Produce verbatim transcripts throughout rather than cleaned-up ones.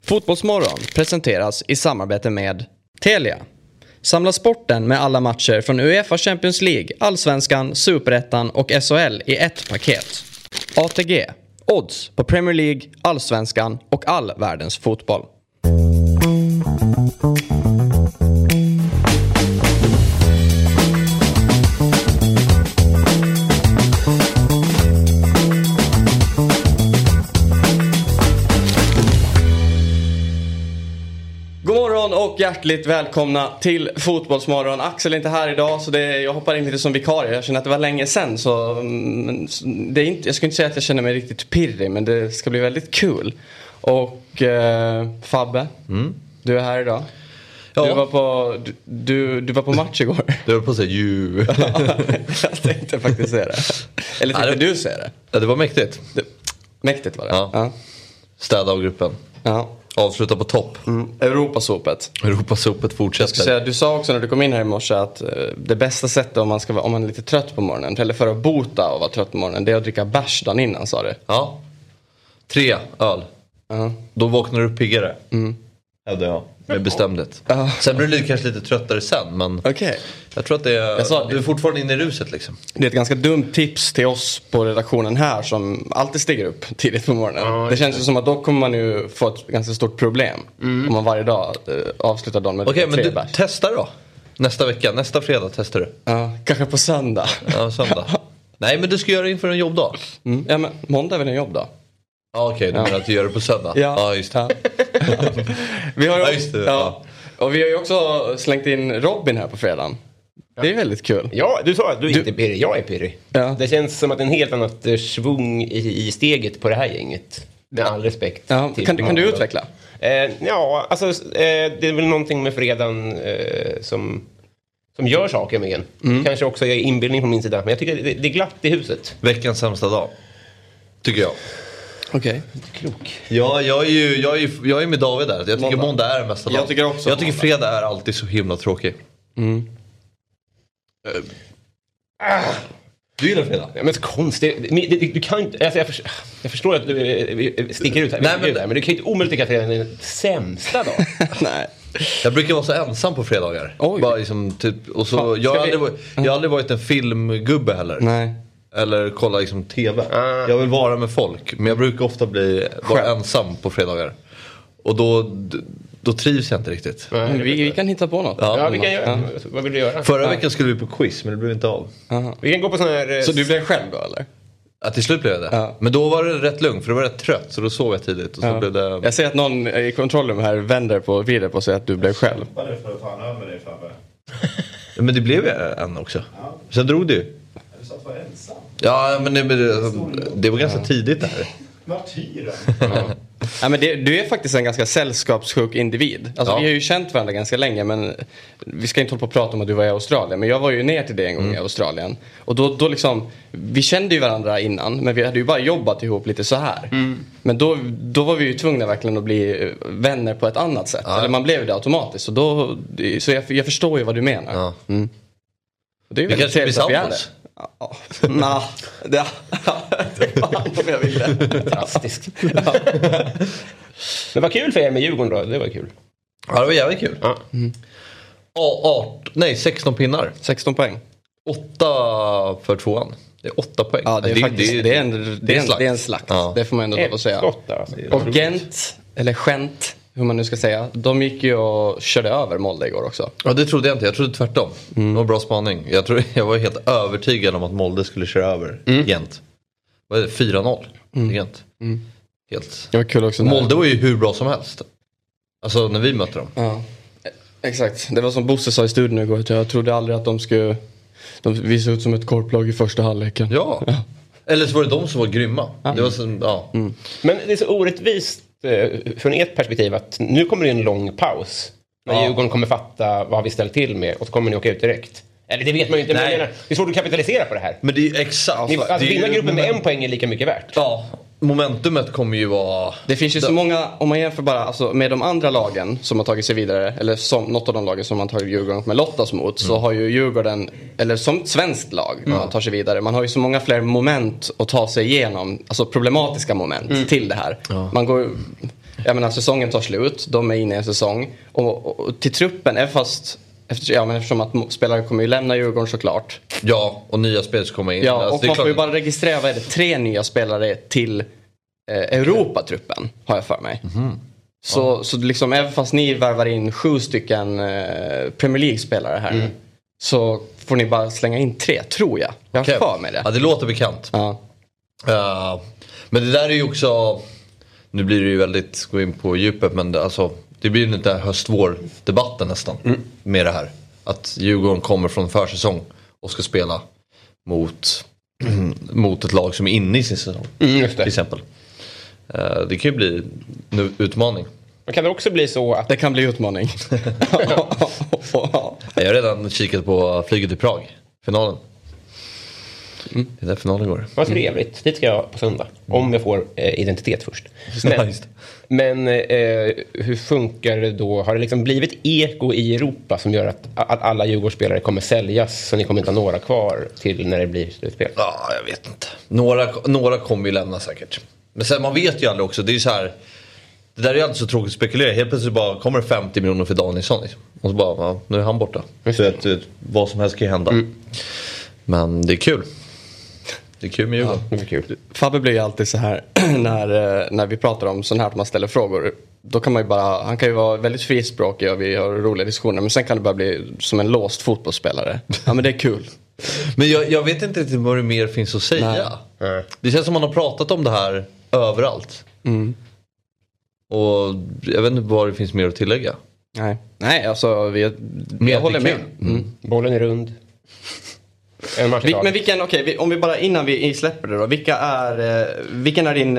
Fotbollsmorgon presenteras i samarbete med Telia. Samla sporten med alla matcher från UEFA Champions League, Allsvenskan, Superettan och S H L i ett paket. A T G. Odds på Premier League, Allsvenskan och all världens fotboll. Och hjärtligt välkomna till Fotbollsmorgon. Axel är inte här idag, så det, jag hoppar in lite som vikarie. Jag känner att det var länge sedan, så det är inte, jag ska inte säga att jag känner mig riktigt pirrig, men det ska bli väldigt kul. Och eh, Fabbe, mm. du är här idag. Ja. Du var på du, du, du var på match igår. Du var på att säga ju. Jag tänkte faktiskt säga det. Eller tänkte ja, det, du säga det? Ja, det var mäktigt. Det, mäktigt var det. Ja. Ja. Städa av gruppen. Ja. Avsluta på topp. Mm. Europasopet. Europasopet fortsätter. Säga, du sa också när du kom in här i morse att uh, det bästa sättet om man, ska vara, om man är lite trött på morgonen, eller för att bota och vara trött på morgonen, det är att dricka bärs dagen innan, sa du. Ja. Tre öl. Uh-huh. Då vaknar du piggare. Mm. Ja, det är jag. Med bestämdhet. Uh-huh. Sen blir du kanske lite tröttare sen, men okay. Jag tror att det är, sa, du är fortfarande inne i ruset liksom. Det är ett ganska dumt tips till oss på redaktionen här som alltid stiger upp tidigt på morgonen. Uh-huh. Det känns ju som att då kommer man ju få ett ganska stort problem mm. om man varje dag uh, avslutar dagen med okay, tre men bärs. Testa då. Nästa vecka, nästa fredag testar du. Ja, uh, kanske på söndag. Ja, söndag. Nej, men du ska göra det inför en jobbdag. Mm. Ja, men måndag är väl en jobbdag. Ja, okej, okay, du ja. menar att du gör det på söndag? Ja, ja just det. Ja. Vi har ju, ja, just det. Ja. Och vi har ju också slängt in Robin här på fredagen. Ja. Det är väldigt kul. Ja, du sa att du, du... inte är pirrig, jag är pirrig. Ja. Det känns som att en helt annat svung i, i steget på det här gänget. Med all respekt. Ja. Till kan, kan du utveckla? Eh, ja, alltså eh, det är väl någonting med fredagen eh, som... Som gör saker med en. Mm. Kanske också är inbildning från min sida. Men jag tycker det, det är glatt i huset. Veckans sämsta dag. Tycker jag. Okej. Okay. Klok. Ja, jag är ju jag är, jag är med David där. Jag tycker måndag, måndag är mesta dag. Jag tycker också. Jag tycker fredag är alltid så himla tråkig. Mm. Uh. Ah. Du gillar fredag? Ja, men så konstigt. Du, du, du kan inte... Alltså jag, för, jag förstår att du sticker ut här. Nej, men, där, men du kan ju inte omöjligt tycka fredag är den sämsta dag. Nej. Jag brukar vara så ensam på fredagar. Oj. Bara liksom, typ, och så, jag, har aldrig, varit, jag har aldrig varit en filmgubbe heller. Nej. Eller kolla liksom tv. Ah. Jag vill vara med folk. Men jag brukar ofta bli vara ensam på fredagar. Och då, då trivs jag inte riktigt. Nej, vi, vi kan hitta på något. Ja, ja vi kan göra. Ja. Vad vill du göra? Förra ja. veckan skulle vi på quiz, men det blev inte av. Aha. Vi kan gå på sån här... Så du blev själv då, eller? Ja, till slut blev jag det. Ja. Men då var det rätt lugnt, för då var jag rätt trött. Så då sov jag tidigt. Och så ja. blev det... Jag ser att någon i kontrollrum här vänder på vidare på sig att du blev själv. Vad är det för att ta en över dig, Fabbe? Men det blev jag en också. Ja. Sen drog det ju. Du sa att du var ensam. Ja, men det, det, det var ganska ja. tidigt där. Martyren. Ja. Ja, men det, du är faktiskt en ganska sällskapssjuk individ. Alltså, ja. Vi har ju känt varandra ganska länge, men vi ska inte hålla på och prata om att du var i Australien. Men jag var ju ner till det en gång mm. i Australien. Och då, då liksom, vi kände ju varandra innan, men vi hade ju bara jobbat ihop lite så här. Mm. Men då, då var vi ju tvungna verkligen att bli vänner på ett annat sätt. Ja. Eller man blev det automatiskt. Så, då, så jag, jag förstår ju vad du menar. Ja. Mm. Det är ju vi väldigt trevligt att vi är det. Ja, nah, det var om jag ville. Drastiskt. Ja. Men vad kul för er med Djurgården då, det var kul. Ja, det var jävligt kul. Ja. Mm. arton, nej, sexton pinnar. sexton poäng. åtta för tvåan. Det är åtta poäng. Ja, det är det, faktiskt det, det är en det är en slakt. Det är en slakt. Ja. Det får man ändå lov att säga. Skott, alltså. Och Gent eller Gent, hur man nu ska säga, de gick ju och körde över Molde igår också. Ja, det trodde jag inte. Jag trodde tvärtom. Mm. Det var bra spaning. Jag, tror, jag var helt övertygad om att Molde skulle köra över mm. Gent. Vad är det? fyra noll mm. Gent. Mm. Helt. Det var kul också. Molde var ju hur bra som helst. Alltså när vi mötte dem. Ja, exakt. Det var som Bosse sa i studion igår. Jag trodde aldrig att de skulle... De visade ut som ett korplag i första halvleken. Ja. ja. Eller så var det de som var grymma. Ja. Det var så, ja. Mm. Men det är så orättvist från ert perspektiv att nu kommer det en lång paus när ja. Djurgården kommer fatta vad vi ställt till med och så kommer ni åka ut direkt. Eller det vet man ju inte, men det är svårt att kapitalisera på det här. Men det är ju exakt. Ni, alltså vinna gruppen med en poäng är lika mycket värt. Ja. Momentumet kommer ju vara... Det finns ju så många, om man jämför bara alltså, med de andra lagen som har tagit sig vidare, eller som, något av de lagen som man tagit Djurgården med lottas mot, mm. så har ju Djurgården, eller som ett svenskt lag, mm. man tar sig vidare. Man har ju så många fler moment att ta sig igenom, alltså problematiska moment mm. till det här. Ja. Man går jag menar, säsongen tar slut. De är inne i en säsong. Och, och, och till truppen, är fast efter, ja, men eftersom att spelare kommer ju lämna Djurgården såklart. Ja, och nya spelare kommer in. Ja, alltså, och man får ju bara registrera, vad är det, tre nya spelare till eh, Europatruppen, har jag för mig. Mm-hmm. Så, ja. så liksom, även fast ni värvar in sju stycken eh, Premier League-spelare här mm. så får ni bara slänga in tre, tror jag. Jag har okay. för mig det. Ja, det låter bekant. Ja. Uh, men det där är ju också, nu blir det ju väldigt, gå in på djupet, men det, alltså, det blir ju den där höst-vår-debatten nästan mm. med det här. Att Djurgården kommer från försäsong och ska spela mot, mot ett lag som är inne i sin säsong. Mm, just det. Till exempel. Uh, det kan ju bli en utmaning. Men kan det också bli så att... Det kan bli utmaning. Jag har redan kikat på flyget till Prag. Finalen. Mm. Det är där finalen går. Vad trevligt. Mm. Dit ska jag på söndag. Om jag får eh, identitet först. Men, men eh, hur funkar det då? Har det liksom blivit eko i Europa som gör att, att alla Djurgårdsspelare kommer säljas, så ni kommer inte ha några kvar till när det blir slutspel? Ja, jag vet inte. Några, några kommer ju lämna säkert. Men sen, man vet ju aldrig också. Det är ju så här... Det där är ju alltid så tråkigt att spekulera. Helt plötsligt bara kommer det femtio miljoner för Danielsson. Liksom. Och så bara, ja, nu är han borta. Så att vad som helst kan hända. Mm. Men det är kul. Det är kul med Djurgården. Ja, det är kul. Fabbe blir ju alltid så här när, när vi pratar om sån här, att man ställer frågor. Då kan man ju bara, han kan ju vara väldigt frispråkig och vi har roliga diskussioner. Men sen kan det bara bli som en låst fotbollsspelare. Ja, men det är kul. Men jag, jag vet inte riktigt vad det mer finns att säga. Nej. Det känns som man har pratat om det här överallt. Mm. Och jag vet inte vad det finns mer att tillägga. Nej, Nej alltså vi, jag håller med. Mm. Mm. Bollen är rund. Vi, men vilken, okej, okay, om vi bara innan vi släpper det då, vilka är, vilken är din,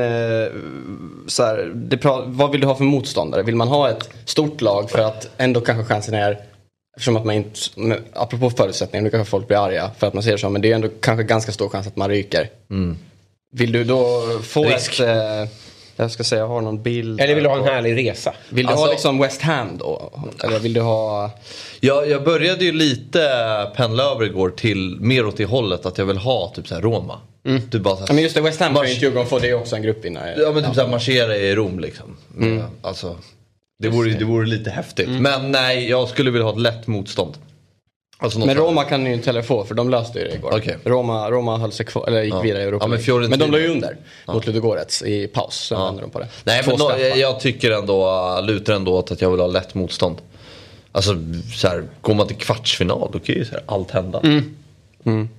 så här, det, vad vill du ha för motståndare? Vill man ha ett stort lag för att ändå kanske chansen är, eftersom att man inte, apropå förutsättningar, nu kanske folk blir arga för att man säger så, men det är ändå kanske ganska stor chans att man ryker. Mm. Vill du då få Risk. ett... Jag ska säga, jag har någon bild. Eller vill du ha en härlig resa? Vill du alltså, ha liksom West Ham då? Eller vill du ha... Ja, jag började ju lite pendla över igår till mer åt det hållet att jag vill ha typ så här Roma. Mm. Du bara så här, ja, men just det, West Ham kan ju inte Djurgården få, det är också en gruppvinnare. Ja, men typ ja. så här marschera i Rom liksom. Mm. Alltså, det vore, det vore lite häftigt. Mm. Men nej, jag skulle vilja ha ett lätt motstånd. Alltså men Roma kan ni ju inte heller få, för de löste ju det igår. Okay. Roma, Roma höll sig kvar, eller gick ja. vidare i Europa. Ja, men, men de låg ju under ja. mot Ludogorets i paus. Så ja. vände de på det. Nej, men no, jag, jag tycker ändå, lutar ändå att jag vill ha lätt motstånd. Alltså, så här, går man till kvartsfinal, då kan ju så här, allt hända. Mm. Mm.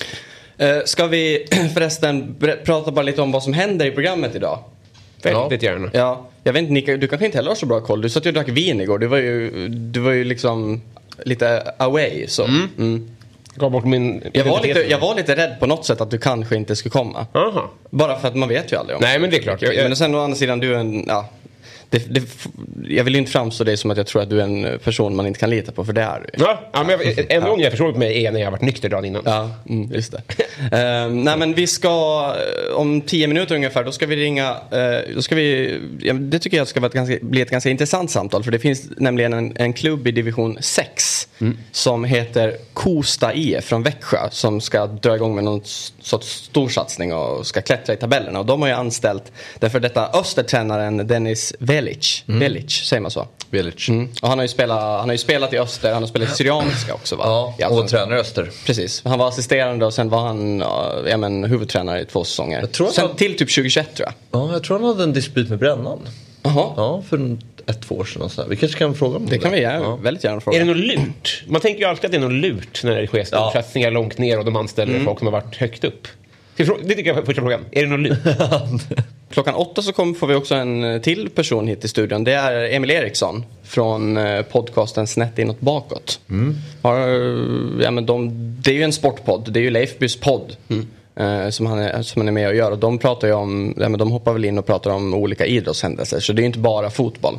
Uh, ska vi förresten prata bara lite om vad som händer i programmet idag? Väldigt gärna. Ja, jag vet inte, Nika, du kanske inte heller har så bra koll. Du satt ju och drack vin igår. Du var ju, du var ju liksom... lite away så. Mm. Mm. Gav bort min jag var lite jag var lite rädd på något sätt att du kanske inte skulle komma. Aha. Bara för att man vet ju aldrig om. Nej, men det är klart. Jag, jag... Men sen å andra sidan, du är en ja, det, det, jag vill ju inte framstå det som att jag tror att du är en person man inte kan lita på, för det är du. Ja, ja, men jag, en gång jag förstår på mig är när jag har varit nykter dagen innan. Ja, mm, just det. uh, nej, men vi ska om tio minuter ungefär, då ska vi ringa uh, då ska vi, ja, det tycker jag ska vara ett ganska, bli ett ganska intressant samtal, för det finns nämligen en, en klubb i division sex mm. som heter Kosta I F från Växjö, som ska dra igång med någon sorts storsatsning och ska klättra i tabellerna, och de har ju anställt därför detta Östertränaren Dennis Velic. Mm. Velic, säger man så? Velic. Mm. Och han har ju spelat, han har ju spelat i Öster, han har spelat i Syrianska också, va? Ja, och tränare i Öster. Precis. Han var assisterande och sen var han ja, men, huvudtränare i två säsonger. Jag tror sen han... till typ tjugo tjugoett, tror jag. Ja, jag tror han hade en dispyt med Brännan. Jaha. Ja, för ett, två år sedan och så där. Vi kanske kan fråga om det. Det kan vi göra, ja. Väldigt gärna fråga. Är det något lurt? Man tänker ju alltid att det är något lurt när det sker satsningar ja. långt ner och de anställer mm. folk som har varit högt upp. Det tycker jag är första frågan. Är det något lurt? Klockan åtta så kommer, får vi också en till person hit i studion. Det är Emil Eriksson från podcasten Snett inåt bakåt. Mm. Har, ja, men de, det är ju en sportpodd. Det är ju Leifbys podd. Mm. Eh, som, han är, som han är med och gör. Och de pratar ju om, ja, men de hoppar väl in och pratar om olika idrottshändelser. Så det är ju inte bara fotboll.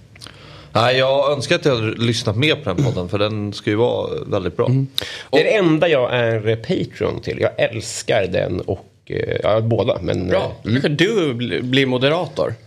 Nej, jag önskar att jag hade lyssnat mer på den podden, för den ska ju vara väldigt bra. Mm. Det är det enda jag är Patreon till. Jag älskar den och ja, båda. Men, bra. Mm. Du blir moderator. Ja.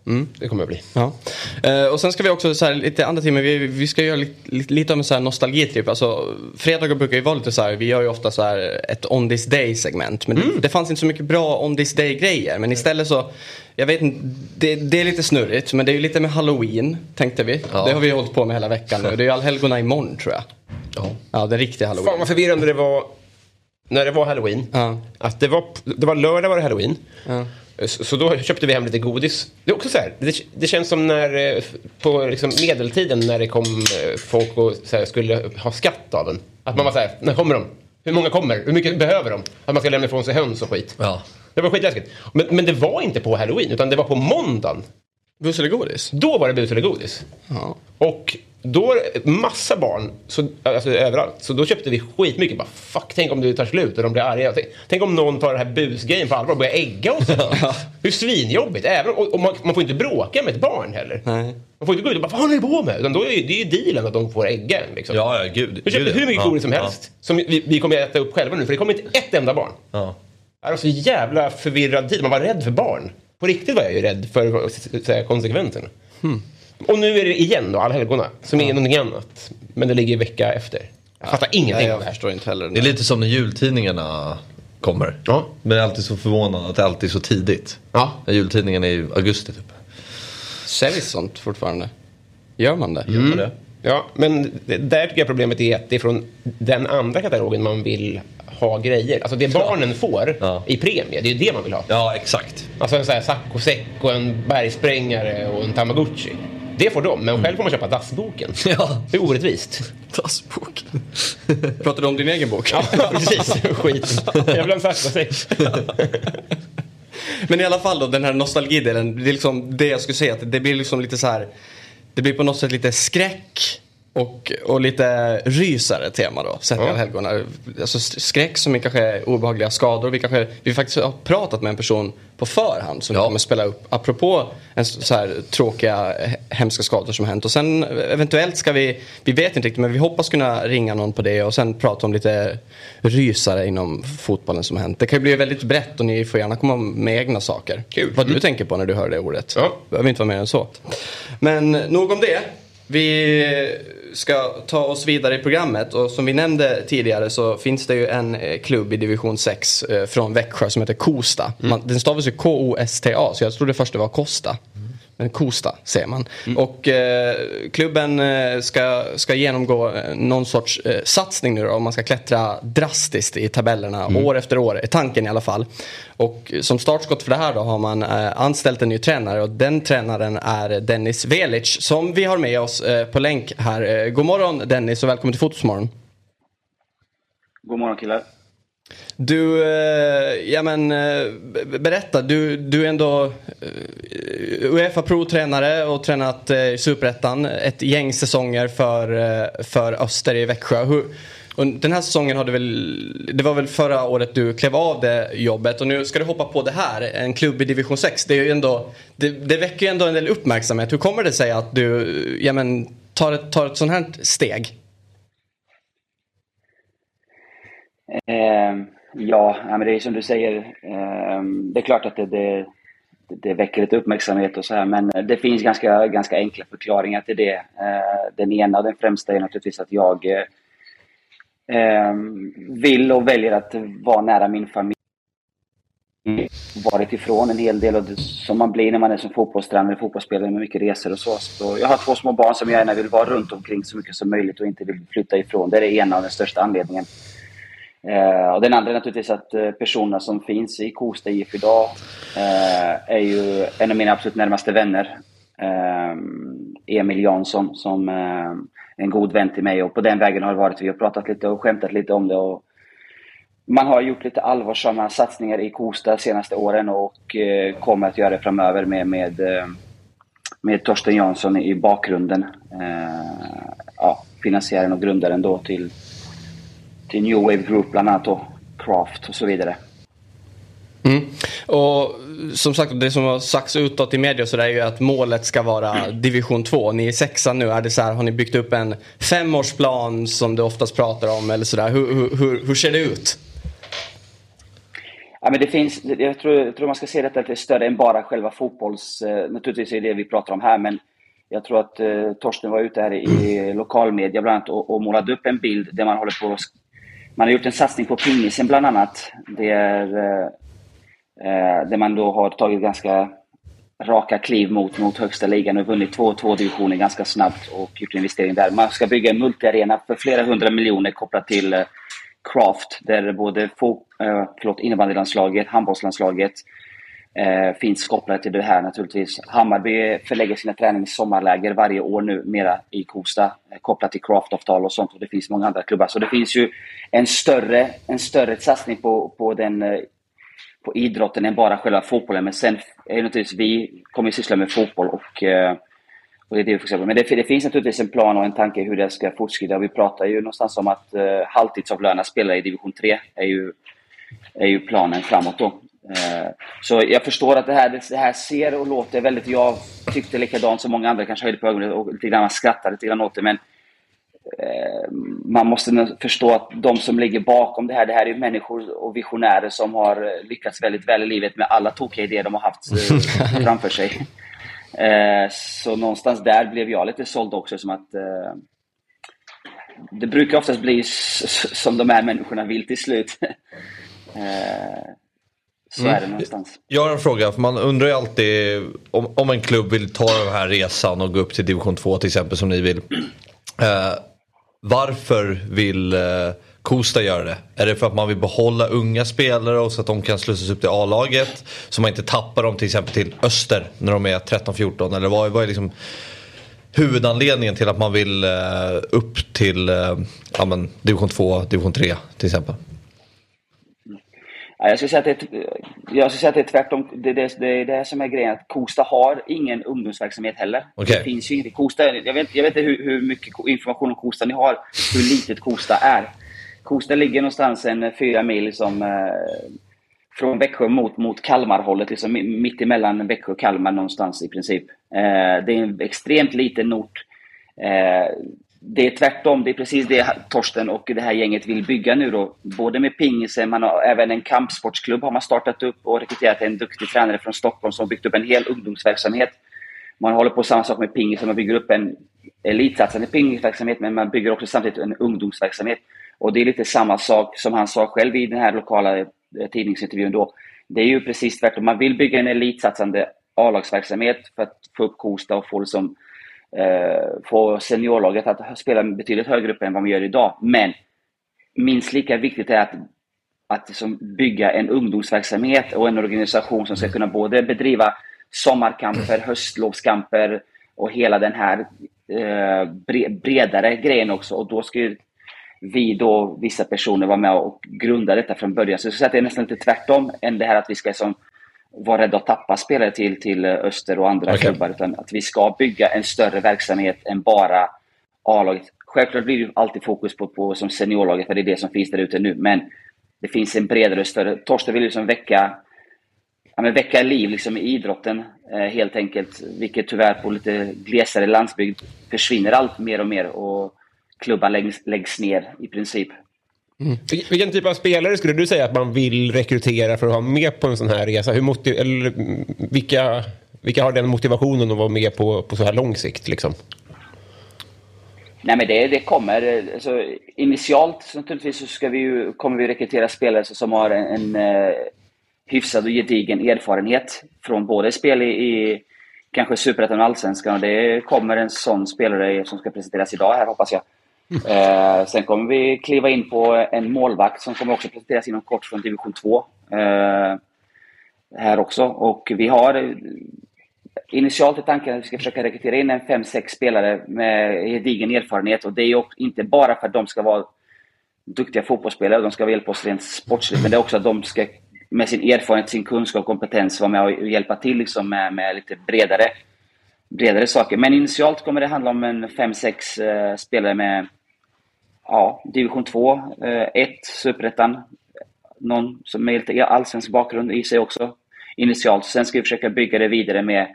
Mm. Det kommer att bli. Ja. Uh, och sen ska vi också så här, lite andra timmar, vi, vi ska göra lite, lite, lite av en så här nostalgitrip. Alltså, fredagar brukar ju vara lite så här, vi gör ju ofta så här ett On This Day-segment. Men mm. det, det fanns inte så mycket bra On This Day-grejer. Men istället så, jag vet inte, det, det är lite snurrigt. Men det är ju lite med Halloween, tänkte vi. Ja. Det har vi hållit på med hela veckan nu. Det är ju allhelgona imorgon, tror jag. Ja, ja det är riktigt Halloween. Fan vad förvirrande det var när det var Halloween. Ja. Att det var, det var lördag var det Halloween. Ja. Så, så då köpte vi hem lite godis. Det är också så här, det, det känns som när på liksom medeltiden när det kom folk och så här, skulle ha skatt av den. Att man var så här, när kommer de? Hur många kommer? Hur mycket behöver de? Att man ska lämna ifrån sig höns och skit. Ja. Det var skitläskigt. Men, men det var inte på Halloween utan det var på måndagen. Bus eller godis? Då var det bus eller godis. Ja. Och då var det massa barn så, alltså överallt. Så då köpte vi skitmycket. Bara, fuck, tänk om det tar slut och de blir arga. Tänk, tänk om någon tar det här busgrejen på allvar och börjar ägga oss. Det är svinjobbigt. Även, och, och man, man får inte bråka med ett barn heller. Nej. Man får inte gå ut och bara, vad håller ni på med? Utan då är det är ju dealen att de får ägga en. Liksom. Ja, ja, gud. Du köpte hur mycket godis som helst. Ja. Som vi, vi kommer att äta upp själva nu. För det kommer inte ett enda barn. Ja. Det var så jävla förvirrad tid. Man var rädd för barn. På riktigt var jag ju rädd för så här, konsekvenserna. Hmm. Och nu är det igen då, allhelgona. Som är ja. någonting annat. Men det ligger vecka efter. Jag fattar ja, ingenting jag, jag förstår inte heller. Det är lite som när jultidningarna kommer. Ja. Men jag är alltid så förvånad att det alltid är så tidigt. Ja. Jultidningen är ju augusti typ. Säljs sånt fortfarande? Gör man det? Mm. Gör det? Ja, men det, där tycker jag problemet är att det är från den andra katalogen man vill ha grejer. Alltså det barnen ja. får ja. i premie, det är ju det man vill ha. Ja, exakt. Alltså en sån här saccosäck och en bergsprängare och en Tamagotchi. Det får de, men själv får man köpa dassboken. Ja. Det är orättvist. Dassboken. Pratar du om din egen bok? Ja, precis. Skit. Jag vill ha en saccosäck. Men i alla fall då, den här nostalgidelen, det är liksom det jag skulle säga, att det blir liksom lite så här, det blir på något sätt lite skräck och, och lite rysare tema då, sett i allhelgona. Alltså skräck som är kanske obehagliga skador. Vi kanske, vi faktiskt har pratat med en person på förhand som ja. kommer spela upp apropå en så här tråkiga, hemska skador som har hänt. Och sen eventuellt ska vi, vi vet inte riktigt, men vi hoppas kunna ringa någon på det och sen prata om lite rysare inom fotbollen som har hänt. Det kan ju bli väldigt brett och ni får gärna komma med egna saker. Kul. Vad du tänker på när du hör det ordet. Ja. Behöver inte vara mer än så. Men nog om det. Vi ska ta oss vidare i programmet och som vi nämnde tidigare så finns det ju en klubb i division sex eh, från Växjö som heter Kosta. Mm. Man, den stavas ju K O S T A så jag trodde först det var Kosta. Mm. Men Kosta ser man. Mm. Och eh, klubben eh, ska, ska genomgå eh, någon sorts eh, satsning nu då, om man ska klättra drastiskt i tabellerna mm. år efter år, är tanken i alla fall. Och som startskott för det här då har man eh, anställt en ny tränare och den tränaren är Dennis Velic som vi har med oss eh, på länk här. Eh, god morgon Dennis och välkommen till Fotosmorgon. God morgon killar. Du, eh, ja men eh, berätta, du, du är ändå eh, UEFA Pro-tränare och tränat i eh, Superettan ett gäng säsonger för, eh, för Öster i Växjö. Hur, och den här säsongen har du väl, det var väl förra året du klev av det jobbet och nu ska du hoppa på det här, en klubb i division sex. Det är ju ändå, det, det väcker ju ändå en del uppmärksamhet. Hur kommer det sig att du, ja men, tar ett, tar ett sånt här steg? Eh, ja, men det är som du säger, eh, det är klart att det, det, det väcker lite uppmärksamhet och så här, men det finns ganska, ganska enkla förklaringar till det. Eh, den ena och den främsta är naturligtvis att jag eh, vill och väljer att vara nära min familj. Varit ifrån en hel del av det som man blir när man är som fotbollstränare, fotbollsspelare med mycket resor och så. Så jag har två små barn som jag gärna vill vara runt omkring så mycket som möjligt och inte vill flytta ifrån. Det är det ena och den största anledningen. Uh, och den andra är naturligtvis att uh, personerna som finns i Kosta I F idag uh, är ju en av mina absolut närmaste vänner. Uh, Emil Jansson som uh, är en god vän till mig och på den vägen har det varit. Vi har pratat lite och skämtat lite om det och man har gjort lite allvarsamma satsningar i Kosta de senaste åren och uh, kommer att göra det framöver med, med, uh, med Torsten Jansson i bakgrunden. Uh, ja, finansiären och grundaren då till till New Wave Group bland annat och Craft och så vidare. Mm. Och som sagt, det som har sagts utåt i media så är ju att målet ska vara division två. Ni är sexa nu, är det så här, har ni byggt upp en femårsplan som du oftast pratar om eller sådär? Hur, hur, hur ser det ut? Ja, men det finns, jag tror, jag tror man ska se detta lite större än bara själva fotbolls... Eh, naturligtvis är det det vi pratar om här, men jag tror att eh, Torsten var ute här i lokalmedia bland annat och, och målade upp en bild där man håller på... Man har gjort en satsning på pingisen bland annat. Det är eh, där man då har tagit ganska raka kliv mot, mot högsta ligan och vunnit två två divisioner ganska snabbt och gjort investering där. Man ska bygga en multiarena för flera hundra miljoner kopplat till eh, Craft, där både fo- eh, förlåt, innebandylandslaget, handbollslandslaget eh, finns kopplat till det här naturligtvis. Hammarby förlägger sina tränings sommarläger varje år nu mera i Kosta, eh, kopplat till Craft-avtal och sånt, och det finns många andra klubbar. Så det finns ju en större, en större satsning på, på, den, eh, på idrotten än bara själva fotbollen. Men sen är det naturligtvis, vi kommer att syssla med fotboll och eh, Och det är det för exempel. Men det, det finns naturligtvis en plan och en tanke hur det ska fortskrida. Vi pratar ju någonstans om att uh, halvtidsavlöna spelare i division tre är ju, är ju planen framåt då. Uh, så jag förstår att det här, det här ser och låter väldigt... Jag tyckte likadant som många andra kanske höjde på ögonen och lite grann skrattade lite grann åt det. Men uh, man måste förstå att de som ligger bakom det här, det här är ju människor och visionärer som har lyckats väldigt väl i livet med alla tokiga idéer de har haft uh, framför sig. Eh, så någonstans där blev jag lite såld också, som att eh, det brukar oftast bli s- s- som de här människorna vill till slut. eh, så mm. är det någonstans. Jag har en fråga, för man undrar ju alltid om, om en klubb vill ta den här resan och gå upp till division två till exempel som ni vill. Eh, varför vill eh, Kosta göra det? Är det för att man vill behålla unga spelare och så att de kan slussas upp till A-laget, så man inte tappar dem till exempel till Öster när de är tretton fjorton? Eller vad, vad är liksom huvudanledningen till att man vill uh, upp till uh, ja, men, division två, division tre till exempel? Ja, jag skulle säga att det är, jag skulle säga att det är tvärtom. Det är det, det, är det som är grejen, att Kosta har ingen ungdomsverksamhet heller. Okay. Det finns ju inte. Kosta, jag vet, jag vet inte hur, hur mycket information om Kosta ni har, hur litet Kosta är. Kosta ligger någonstans en fyra mil som, eh, från Växjö mot, mot Kalmarhållet, liksom mitt emellan Växjö och Kalmar någonstans i princip. Eh, det är en extremt liten ort. Eh, det är tvärtom, det är precis det Torsten och det här gänget vill bygga nu då. Både med pingisen, man har även en kampsportsklubb har man startat upp och rekryterat en duktig tränare från Stockholm som har byggt upp en hel ungdomsverksamhet. Man håller på samma sak med pingis, man bygger upp en elitsatsande pingisverksamhet, men man bygger också samtidigt en ungdomsverksamhet. Och det är lite samma sak som han sa själv i den här lokala tidningsintervjun då. Det är ju precis tvärtom. Man vill bygga en elitsatsande A-lagsverksamhet för att få upp Kosta och få, liksom, eh, få seniorlaget att spela betydligt högre upp än vad man gör idag. Men minst lika viktigt är att, att liksom bygga en ungdomsverksamhet och en organisation som ska kunna både bedriva sommarkamper, höstlovskamper och hela den här eh, bredare grejen också. Och då ska ju vi då, vissa personer, var med och grunda detta från början. Så jag skulle säga att det är nästan lite tvärtom än det här att vi ska som, vara rädda att tappa spelare till, till Öster och andra okay. klubbar. Utan att vi ska bygga en större verksamhet än bara A-laget. Självklart blir det alltid fokus på, på som seniorlaget, för det är det som finns där ute nu. Men det finns en bredare och större... Torsten vill liksom väcka, ja, men väcka liv liksom i idrotten eh, helt enkelt. Vilket tyvärr på lite glesare landsbygd försvinner allt mer och mer. Och klubbar läggs, läggs ner i princip. Mm. Vilken typ av spelare skulle du säga att man vill rekrytera för att vara med på en sån här resa? Hur motiv- eller vilka, vilka har den motivationen att vara med på, på så här lång sikt? Liksom? Nej, men det, det kommer. Alltså, initialt så naturligtvis så ska vi ju, kommer vi rekrytera spelare som har en, en uh, hyfsad och gedigen erfarenhet från både spel i, i kanske Superettan och Allsvenskan. Och det kommer en sån spelare som ska presenteras idag här, hoppas jag. Eh, sen kommer vi kliva in på en målvakt som kommer också presenteras inom kort från division två eh, här också. Och vi har initialt i tanken att vi ska försöka rekrytera in en fem sex spelare med gedigen erfarenhet. Och det är ju inte bara för att de ska vara duktiga fotbollsspelare, de ska hjälpa oss rent sportsligt, men det är också att de ska med sin erfarenhet, sin kunskap och kompetens vara med och hjälpa till liksom med, med lite bredare bredare saker. Men initialt kommer det handla om en fem sex eh, spelare med ja, division två, ett eh, Superettan, någon som med lite allsvensk bakgrund i sig också initialt. Sen ska vi försöka bygga det vidare med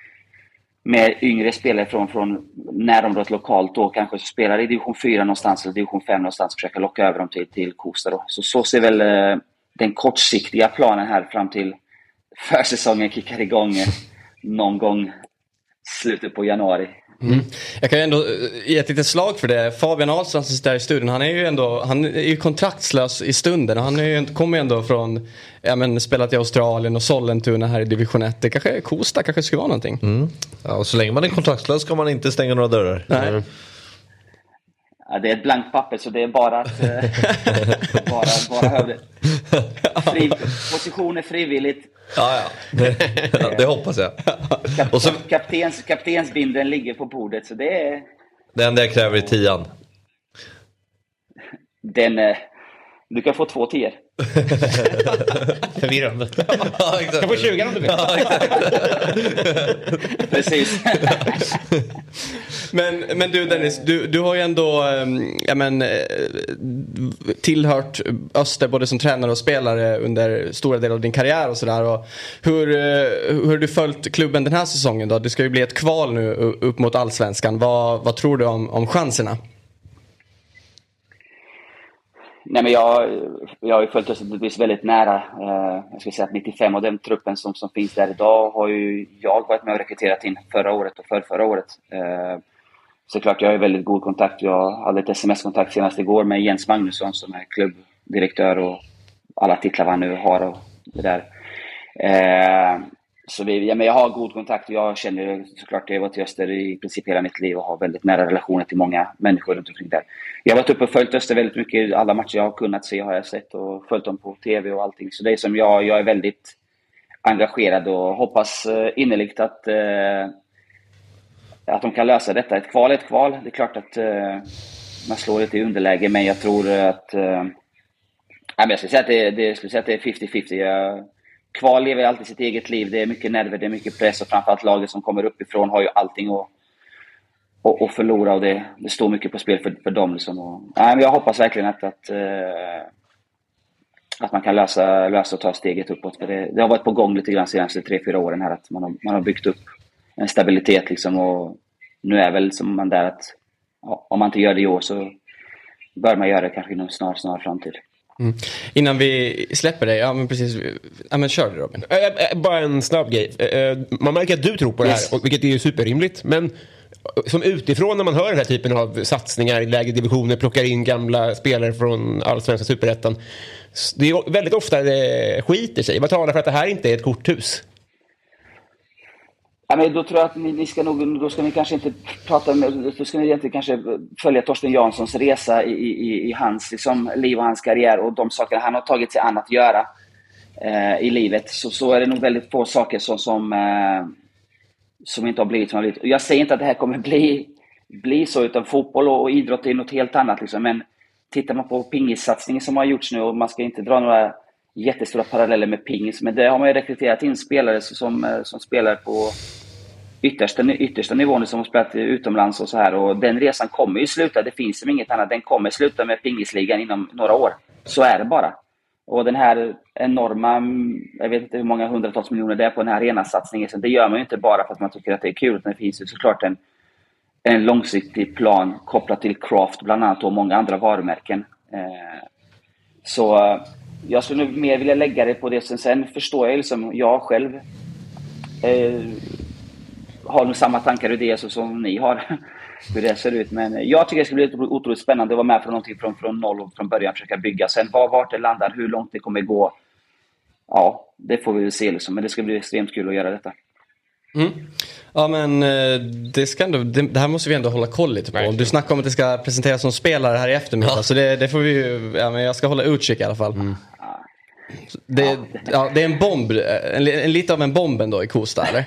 med yngre spelare från, från närområdet lokalt då, kanske som spelar i division fyra någonstans eller division fem någonstans, försöka locka över dem till, till Kosta då. Så så ser väl eh, den kortsiktiga planen här fram till försäsongen kickar igång någon gång slutet på januari. Mm. Jag kan ju ändå ge ett litet slag för det. Fabian Ahlstrand som sitter där i studion, han är ju ändå han är ju kontraktslös i stunden. Han är ju, kommer ju ändå från ja, men, spelat i Australien och Sollentuna här i division ett. Det kanske är Kosta, kanske skulle vara någonting. Mm. Ja, och så länge man är kontraktslös ska man inte stänga några dörrar. Nej. Mm. Ja, det är ett blankt papper så det är bara att bara, bara hövde. Fri, position är frivilligt. Ja, ja. Det, det hoppas jag. Kap, och så, kaptens, kaptensbindeln ligger på bordet så det är... Det enda jag kräver är tian. Den... Du kan få två tior. Förvirrande. Ja, exakt. Du kan få tjugo om du vill. Ja, exakt. Precis. men, men du Dennis, du, du har ju ändå ja, men, tillhört Öster både som tränare och spelare under stora delar av din karriär och sådär. Hur, hur har du följt klubben den här säsongen då? Det ska ju bli ett kval nu upp mot Allsvenskan. Vad, vad tror du om, om chanserna? Nej, men jag, jag har ju följt oss väldigt nära. Eh, jag skulle säga att nittiofem av den truppen som, som finns där idag har ju jag varit med och rekryterat in förra året och för förra året. Eh, så klart jag har väldigt god kontakt. Jag hade ett sms-kontakt senast igår med Jens Magnusson som är klubbdirektör och alla titlar han nu har och det där. Eh, så vi, ja, men jag har god kontakt och jag känner såklart det var till Öster i princip hela mitt liv och har väldigt nära relationer till många människor runt omkring där. Jag har varit uppe och följt Öster väldigt mycket. Alla matcher jag har kunnat se har jag sett och följt dem på tv och allting. Så det är som jag, jag är väldigt engagerad och hoppas innerligt att, eh, att de kan lösa detta. Ett kval är ett kval. Det är klart att eh, man slår lite i underläge, men jag tror att eh, jag skulle säga att det, det, skulle säga att det är femtio femtio. Jag, Kval lever alltid sitt eget liv. Det är mycket nerver, det är mycket press och framförallt laget som kommer uppifrån har ju allting att, att, att förlora och det, det står mycket på spel för, för dem. Liksom. Och, nej, men jag hoppas verkligen att, att, att man kan lösa, lösa och ta steget uppåt. För det, det har varit på gång lite grann senaste tre, fyra åren här att man har, man har byggt upp en stabilitet liksom, och nu är väl som man där att ja, om man inte gör det i år så bör man göra det kanske inom snar, snar framtid. Mm. Innan vi släpper det, ja men precis, ja men kör det Robin. Äh, bara en snabb grej. Äh, man märker att du tror på det här, yes. och, vilket är ju superrimligt, men som utifrån när man hör den här typen av satsningar i lägre divisioner, plockar in gamla spelare från Allsvenska superettan, det är väldigt ofta det skiter sig. Vad talar för att det här inte är ett korthus? Ja, men då tror jag att ni, ni ska nog, då ska ni kanske inte prata med, då ska ni egentligen kanske följa Torsten Janssons resa i, i, i hans liksom, liv och hans karriär och de saker han har tagit sig an att göra eh, i livet. Så, så är det nog väldigt få saker som, som, eh, som inte har blivit som har blivit. Jag säger inte att det här kommer bli, bli så, utan fotboll och, och idrott är något helt annat. Liksom. Men tittar man på pingissatsningen som har gjorts nu, och man ska inte dra några jättestora paralleller med pingis, men det har man ju rekryterat in spelare som, som spelar på yttersta, yttersta nivån som har spelat utomlands och så här, och den resan kommer ju sluta, det finns ju inget annat, den kommer sluta med pingisligan inom några år, så är det bara. Och den här enorma, jag vet inte hur många hundratals miljoner det är på den här arenasatsningen, det gör man ju inte bara för att man tycker att det är kul, utan det finns ju såklart en, en långsiktig plan kopplat till Craft bland annat och många andra varumärken. Så jag skulle mer vilja lägga det på det. Sen, sen förstår jag liksom, jag själv eh, har nog samma tankar och idéer som ni har, hur det ser ut. Men jag tycker det ska bli otroligt spännande att vara med från någonting från, från noll och från början försöka bygga. Sen var, vart det landar, hur långt det kommer gå, ja, det får vi väl se liksom. Men det ska bli extremt kul att göra detta. Mm. Ja men det, ska ändå, det, det här måste vi ändå hålla koll lite på. Right. Du snackar om att det ska presenteras som spelare här i eftermiddag, ja. Så det, det får vi ju, ja, men jag ska hålla utkik i alla fall. Mm. Det, ja, det är en bomb, en, en, lite av en bomb ändå i Kosta, eller?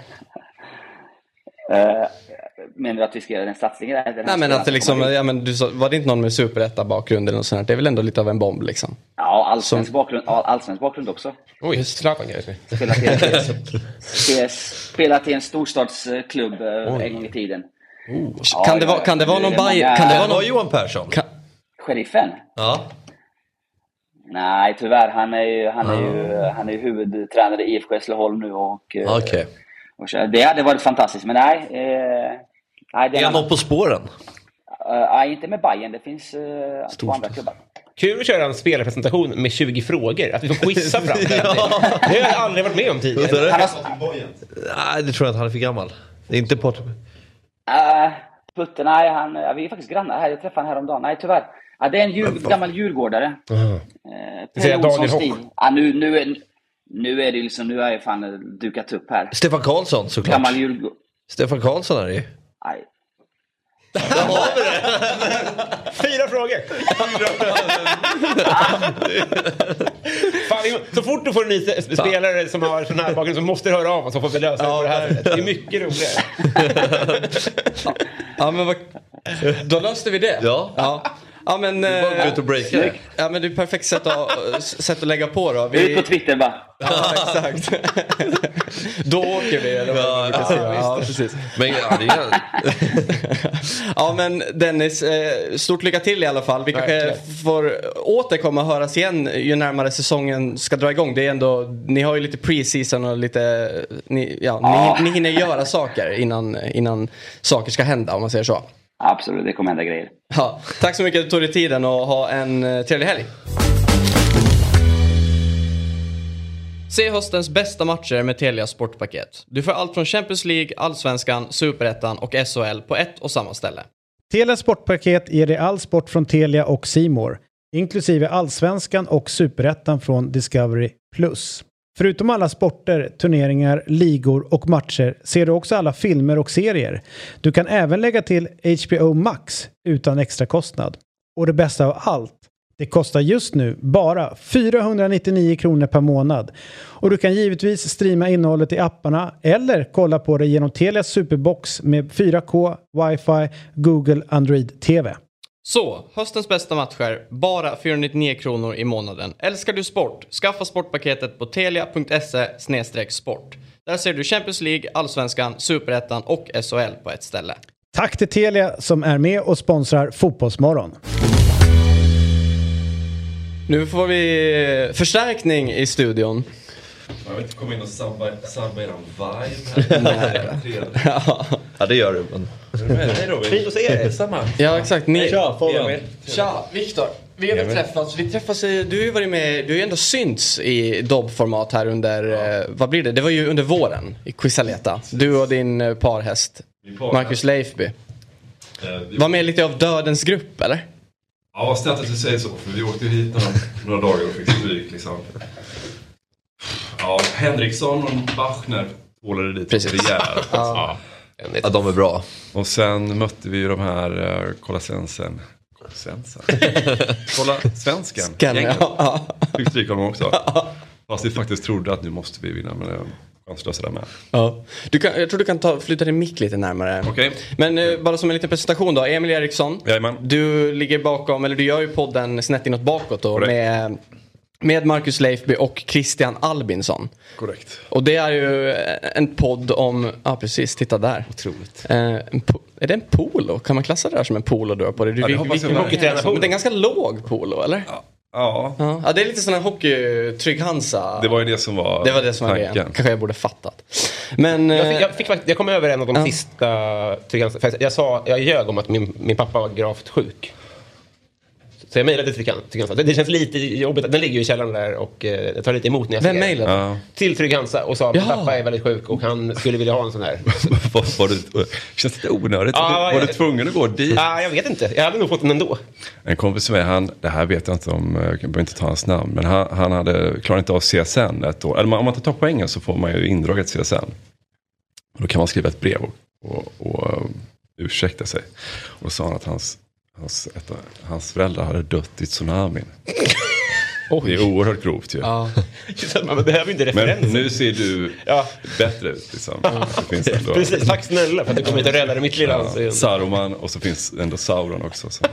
Uh, men att vi ska göra den satsningen där, den nej men att det liksom, ja, men du sa, var det inte någon med superrätta bakgrund eller något sånt här? Det är väl ändå lite av en bomb liksom. Ja, allsvensk Som... bakgrund, allsvensk bakgrund också. Oj, Zlatan kanske. Spelat till, spelat till en storstadsklubb oh. en gång i tiden. Oh. Ja, kan, det vara, kan det vara någon Bajen? Många... Kan det vara någon Johan Persson? Kan... Sheriffen? Ja. Nej, tyvärr, han är ju han är ju mm. han är ju huvudtränare i I F K Hässleholm nu och okej. Okay. Det hade varit fantastiskt, men nej. Eh, nej det är han någon på spåren? Uh, nej, inte med Bayern. Det finns uh, två andra klubbar. Kul att köra en spelarpresentation med tjugo frågor. Att vi får quizza fram det. Ja. Det har jag aldrig varit med om tidigare. Han har... Nej, det tror jag att han är för gammal. Det är inte Portugal. Uh, Putte, nej, han, ja, vi är faktiskt grannar här. Jag träffade han häromdagen. Nej, tyvärr. Ja, det är en djur, gammal djurgårdare. Uh-huh. Uh, Säger Daniel Hock. Ja, nu, nu, är, nu är det liksom, nu är jag fan dukat upp här. Stefan Karlsson, såklart. Gammal djurgårdare. Stefan Karlsson är det ju. Nej. Där har vi det. Fyra frågor. Fan, så fort du får en ny spelare som har sån här bakgrund så måste du höra av oss så får vi lösa ja, det här. Det är mycket roligare. Ja, men vad... Då löste vi det. Ja. Ja. Ja, men, det var ut och breaka det. Ja, men det är perfekt sätt att, sätt att lägga på då. Vi... Ut på Twitter bara. Ja, exakt. Då åker vi. Eller ja, ja, ja, precis. Men, ja, det är... ja, men Dennis, stort lycka till i alla fall. Vi kanske ja, får återkomma och höras igen ju närmare säsongen ska dra igång. Det är ändå, ni har ju lite pre-season och lite, ni, ja, ja. Ni, ni hinner göra saker innan, innan saker ska hända, om man säger så. Absolut, det kommer hända grejer. Ja, tack så mycket att du tog dig tiden och ha en trevlig helg. Se höstens bästa matcher med Telia Sportpaket. Du får allt från Champions League, Allsvenskan, Superettan och S H L på ett och samma ställe. Telia Sportpaket ger dig all sport från Telia och C More, inklusive Allsvenskan och Superettan från Discovery plus. Förutom alla sporter, turneringar, ligor och matcher ser du också alla filmer och serier. Du kan även lägga till H B O Max utan extra kostnad. Och det bästa av allt, det kostar just nu bara fyrahundranittionio kronor per månad. Och du kan givetvis streama innehållet i apparna eller kolla på det genom Telias Superbox med fyra K, Wi-Fi, Google Android T V. Så, höstens bästa matcher, bara fyrahundranittionio kronor i månaden. Älskar du sport? Skaffa sportpaketet på telia punkt se slash sport. Där ser du Champions League, Allsvenskan, Superettan och S H L på ett ställe. Tack till Telia som är med och sponsrar Fotbollsmorgon. Nu får vi förstärkning i studion. Jag vill inte komma in och sabba, sabba eran vibe här. ja. ja, det gör du. Men... Nej, Robin. Fint att se er. Samma. Ja, exakt. Ni... Tja, Fabian. Tja, Viktor. Vi har träffats. Vi träffas i... Du har ju varit med... Du har ju ändå synts i dobb-format här under... Ja. Eh, vad blir det? Det var ju under våren i Quisaleta. Du och din eh, parhäst. Parhäst. Marcus Leifby. Eh, var... var med lite av dödens grupp, eller? Ja, snällt att du säger så. För vi åkte ju hit några, några dagar och fick stryk liksom. Ja, Henriksson och Bachner ålade dit. Precis. Rejält. Ja. Ja, de är bra. Och sen mötte vi ju de här uh, Kolla Svensen. Kolla Svensen. Kolla Svensken. Gänget. Ja. Fick stryk av dem också. Fast vi faktiskt trodde att nu måste vi vinna. Men det är chanslösa där med. Ja. Du kan, jag tror du kan ta, flytta din mick lite närmare. Okej. Okay. Men uh, bara som en liten presentation då. Emil Eriksson. Jajamän. Du ligger bakom, eller du gör ju podden snett inåt bakåt då. Correct. Med... Med Marcus Leifby och Christian Albinsson. Korrekt. Och det är ju en podd om... Ja, precis. Titta där. Otroligt. Eh, en po- är det en polo? Kan man klassa det där som en polo du har på det? Du, ja, det vi, hoppas vi, jag hockeytränarpolo. Men det är en ganska låg polo, eller? Ja. Ja. Ja, ja det är lite sån en hockey Trygg Hansa. Det var ju det som var Det var det som var det. Kanske jag borde fattat. Men... Jag, fick, jag, fick, faktiskt, jag kom över en av de ja. sista Trygg Hansa. För jag, sa, jag ljög om att min, min pappa var gravt sjuk. Så jag mejlade till Trygg Hansa. Det, det känns lite jobbigt. Den ligger ju i källaren där och eh, jag tar lite emot när jag Vem mejlade? Ja. Till Trygg Hansa och sa att ja. pappa är väldigt sjuk och han skulle vilja ha en sån här. var, var du, känns lite onödigt. Ja, var jag, du tvungen att gå dit? Ja, jag vet inte. Jag hade nog fått den ändå. En kompis med han, det här vet jag inte om, jag behöver inte ta hans namn, men han, han hade klarat inte av C S N ett år. Eller om man inte tar poängen så får man ju indraget C S N. Och då kan man skriva ett brev och, och, och ursäkta sig. Och då sa han att hans Hans, ett, hans föräldrar hade dött i tsunamin. Oh, det är oerhört grovt ju. Ja. Men det här är inte referens. Men nu ser du ja. bättre ut liksom. Det finns ändå... Precis, tack snälla för att du kommer hit och räddade mitt lilla ja, Saruman och så finns ändå Sauron också. Så.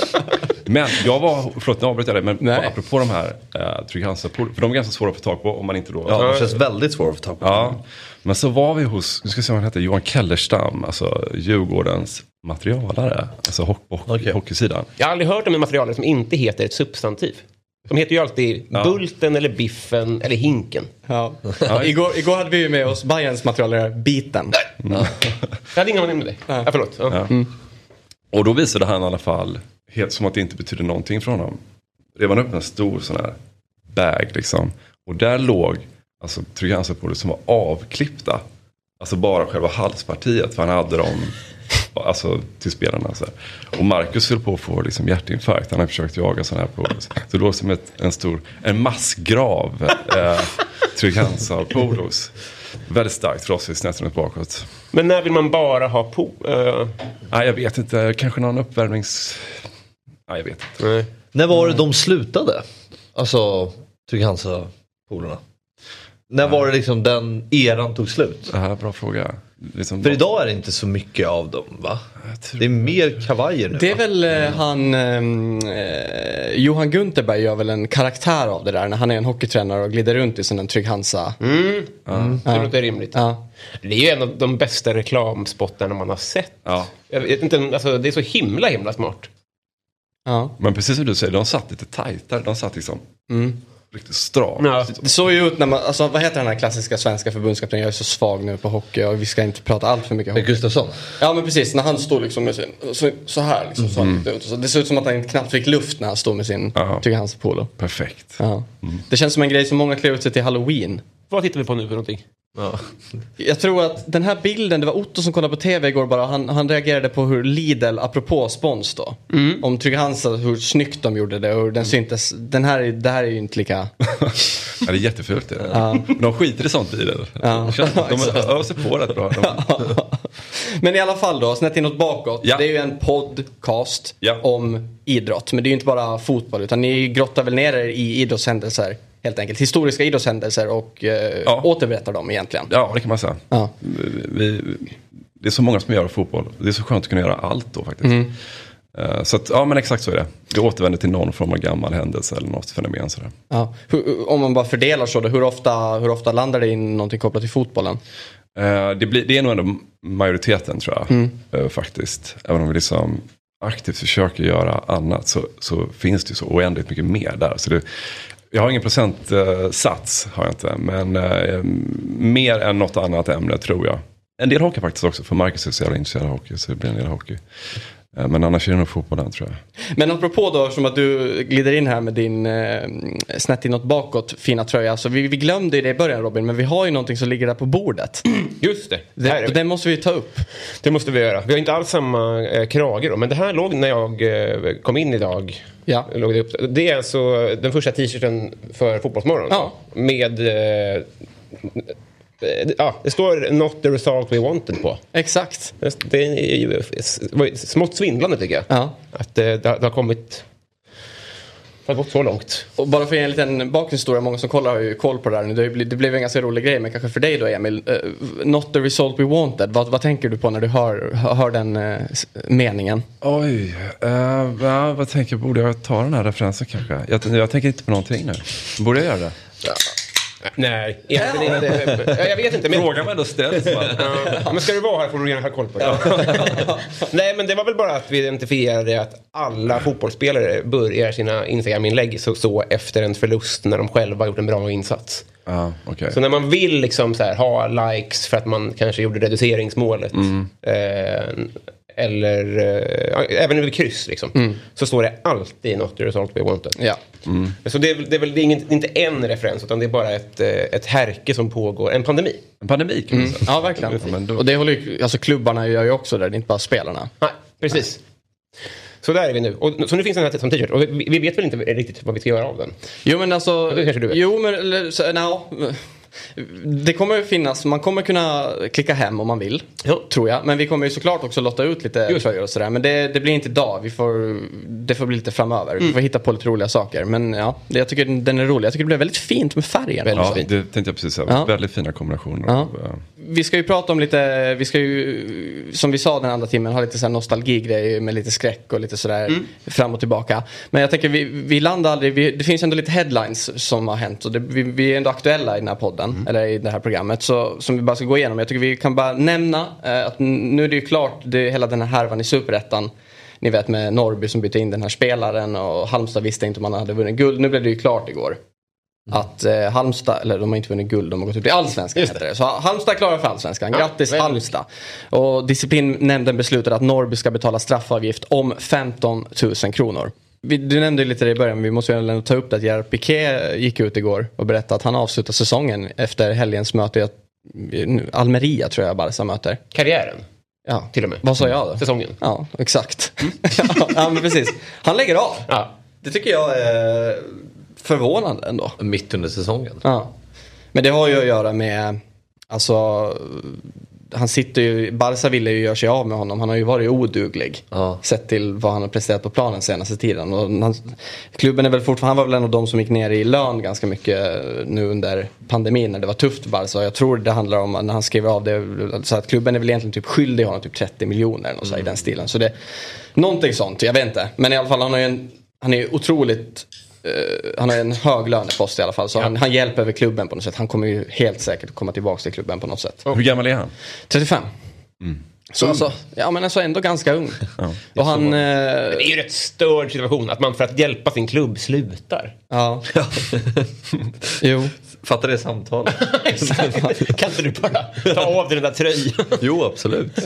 Men jag var, förlåt nu avbryter jag dig, men Nej. apropå de här äh, Trygg Hansa, för de är ganska svåra att få tag på om man inte då... Ja, det känns väldigt svårt att få tag på. Ja, men så var vi hos, nu ska se vad han heter, Johan Kellerstam, alltså Djurgårdens materialare, alltså hock, hock, okay. hockeysidan. Jag har aldrig hört om en materialare som inte heter ett substantiv. De heter ju alltid ja. bulten eller biffen eller hinken. Ja. Ja. igår, igår hade vi ju med oss Bayerns materialare Biten. Mm. Jag hade ingen aning med det. Ja. Ja, förlåt. Ja. Ja. Mm. Och då visade han i alla fall helt som att det inte betyder någonting för honom. rev han upp en stor sån här bag liksom. Och där låg alltså Trygg-Hansa-polo som var avklippta. Alltså bara själva halspartiet, för han hade dem alltså, till spelarna. Så här. Och Marcus höll på att få liksom, hjärtinfarkt. Han har försökt jaga sån här polos. Så det låg som ett, en stor, en massgrav eh, Trygg-Hansa-polos. Väldigt starkt för oss i snett bakåt. Men när vill man bara ha po? Uh... Nej, jag vet inte. Kanske någon uppvärmnings... Nej, jag vet inte. Nej. När var det de slutade? Alltså, Trygg-Hansa-polarna. När var det liksom den eran tog slut? Det här är en bra fråga. Liksom för idag är det inte så mycket av dem, va? Det är mer kavajer nu. Det är väl eh, han eh, Johan Gunterberg gör väl en karaktär av det där när han är en hockeytränare och glider runt i sån en Trygg-Hansa. Mm. Mm. Det låter rimligt. Ja. Det är ju en av de bästa reklamspottarna man har sett. Ja. Jag vet inte, alltså, det är så himla himla smart. Ja. Men precis som du säger, de satt lite tajtare. De satt liksom mm. riktigt stram. Ja. Det såg ju ut när man, alltså, vad heter den här klassiska svenska förbundskaptenen? Jag är så svag nu på hockey och vi ska inte prata allt för mycket hockey. Gustafsson? Ja, men precis. När han stod liksom med sin, så, så här liksom, så mm. ut. Så det ser ut som att han knappt fick luft när han stod med sin Trygg-Hansa-polo. Perfekt. Ja. Mm. Det känns som en grej som många klär ut sig till Halloween. Vad tittar vi på nu för någonting? Ja. Jag tror att den här bilden, det var Otto som kollade på tv igår bara, han, han reagerade på hur Lidl, apropå spons då, mm. om Trygg-Hansa, hur snyggt de gjorde det och hur den syntes, den här, det här är ju inte lika... Ja, det är jättefult det. Ja. De skiter i sånt Lidl. Ja. De öser på rätt bra. De... Men i alla fall då, snett inåt bakåt, ja. Det är ju en podcast ja. om idrott, men det är ju inte bara fotboll utan ni grottar väl ner er i idrottshändelser. Helt enkelt. Historiska idrottshändelser och eh, ja. återberättar dem egentligen. Ja, det kan man säga. Ja. Vi, det är så många som gör fotboll. Det är så skönt att kunna göra allt då faktiskt. Mm. Uh, så att, ja men exakt så är det. Vi återvänder till någon form av gammal händelse eller något fenomen sådär. Ja. Hur, om man bara fördelar så då, hur ofta, hur ofta landar det in någonting kopplat till fotbollen? Uh, det, blir, det är nog ändå majoriteten tror jag. Mm. Uh, faktiskt. Även om vi liksom aktivt försöker göra annat så, så finns det ju så oändligt mycket mer där. Så det Jag har ingen procentsats, har jag inte. Men eh, mer än något annat ämne, tror jag. En del hockey faktiskt också, för Marcus är så jävla intresserad av hockey. Så det blir en del hockey. Eh, men annars är det nog fotbollen, tror jag. Men apropå då, som att du glider in här med din eh, snett inåt bakåt fina tröja. Så vi, vi glömde ju det i början, Robin. Men vi har ju någonting som ligger där på bordet. Just det. Det, det, det måste vi ta upp. Det måste vi göra. Vi har inte alls samma eh, krage då. Men det här låg när jag eh, kom in idag. Ja. Låg det, upp. Det är alltså den första t-shirten för Fotbollsmorgon. Ja. Med... Eh, ja, det står not the result we wanted på. Exakt. Det är ju smått svindlande tycker jag. Ja. Att det, det har kommit... Det har gått så långt. Och bara för en liten bakgrundshistoria, många som kollar har ju koll på det här nu. Det, det blev en ganska rolig grej, men kanske för dig då Emil. Uh, not the result we wanted. Vad, vad tänker du på när du hör, hör den uh, meningen? Oj, uh, ja, vad tänker jag? Borde jag ta den här referensen kanske? Jag, jag tänker inte på någonting nu. Borde jag göra det? Ja. Nej, egentligen inte. Jag vet inte. Men... Frågan var ändå ställd. Ja, men ska du vara här får du gärna ha koll på det. Nej, men det var väl bara att vi identifierade att alla fotbollsspelare börjar sina Instagram-inlägg så, så efter en förlust när de själva gjort en bra insats. Ah, okay. Så när man vill liksom så här, ha likes för att man kanske gjorde reduceringsmålet mm. eh, eller äh, även över kryss liksom, mm. så står det alltid not the result we wanted. Ja. Mm. Så det är, det är väl det är ingen, inte en referens utan det är bara ett, ett härke som pågår, en pandemi. En pandemi kan man säga. Mm. Ja, verkligen. Ja, då... Och det håller ju, alltså klubbarna gör ju också det, det är inte bara spelarna. Nej, precis. Nej. Så där är vi nu. Och, så nu finns den här som t-shirt. Och vi, vi vet väl inte riktigt vad vi ska göra av den. Jo, men alltså... Det kanske du vet. Jo, men... Eller, så, no. Det kommer ju finnas, man kommer kunna klicka hem om man vill, ja. Tror jag. Men vi kommer ju såklart också lotta ut lite tröjor och sådär. Men det, det blir inte idag, vi får, det får bli lite framöver. Mm. Vi får hitta på lite roliga saker. Men ja, det, jag tycker den är rolig. Jag tycker det blev väldigt fint med färgen. Ja, det tänkte jag precis säga. Ja. Väldigt fina kombinationer. Ja. Vi ska ju prata om lite, vi ska ju, som vi sa den andra timmen, ha lite så här nostalgigrej med lite skräck och lite sådär mm. fram och tillbaka. Men jag tänker, vi, vi landar aldrig, vi, det finns ändå lite headlines som har hänt. Och det, vi, vi är ändå aktuella i den här podden. Mm. Eller i det här programmet så, som vi bara ska gå igenom. Jag tycker vi kan bara nämna eh, att nu är det ju klart det är hela den här härvan i Superettan. Ni vet med Norrby som bytte in den här spelaren och Halmstad visste inte om man hade vunnit guld. Nu blev det ju klart igår. Mm. Att eh, Halmstad, eller de har inte vunnit guld, de har gått upp i Allsvenskan heter det. Så Halmstad klarar för Allsvenskan. Ja, grattis Halmstad. Och disciplinnämnden beslutade att Norrby ska betala straffavgift om femton tusen kronor. vi, du nämnde lite det i början, men vi måste ju ändå ta upp det att Gerard Piqué gick ut igår och berättade att han avslutar säsongen efter helgens möte i Almeria, tror jag Barca möter. Karriären? Ja, till och med. Vad sa jag då? Säsongen? Ja, exakt. Mm. ja, men precis. Han lägger av. Ja. Det tycker jag är förvånande ändå. Mitt under säsongen. Ja. Men det har ju att göra med, alltså, han sitter ju, Barca ville ju göra sig av med honom. Han har ju varit oduglig. Ja. Sett till vad han har presterat på planen senaste tiden. Och han, klubben är väl fortfarande, han var väl en av de som gick ner i lön ganska mycket nu under pandemin när det var tufft för Barca. Jag tror det handlar om, när han skrev av det, så att klubben är väl egentligen typ skyldig honom typ trettio miljoner och så mm. i den stilen. Så det, någonting sånt, jag vet inte. Men i alla fall, han har ju en, han är ju otroligt, uh, han har en hög lönepost i alla fall. Så ja. han, han hjälper över klubben på något sätt. Han kommer ju helt säkert komma tillbaka till klubben på något sätt. Hur gammal är han? trettiofem. Mm. Så alltså, ja men alltså ändå ganska ung. Ja, och han, eh... det är ju rätt störd situation att man för att hjälpa sin klubb slutar. Ja. Jo. Fattar det samtal. Kan inte du bara ta av dig den där tröjan? Jo, absolut.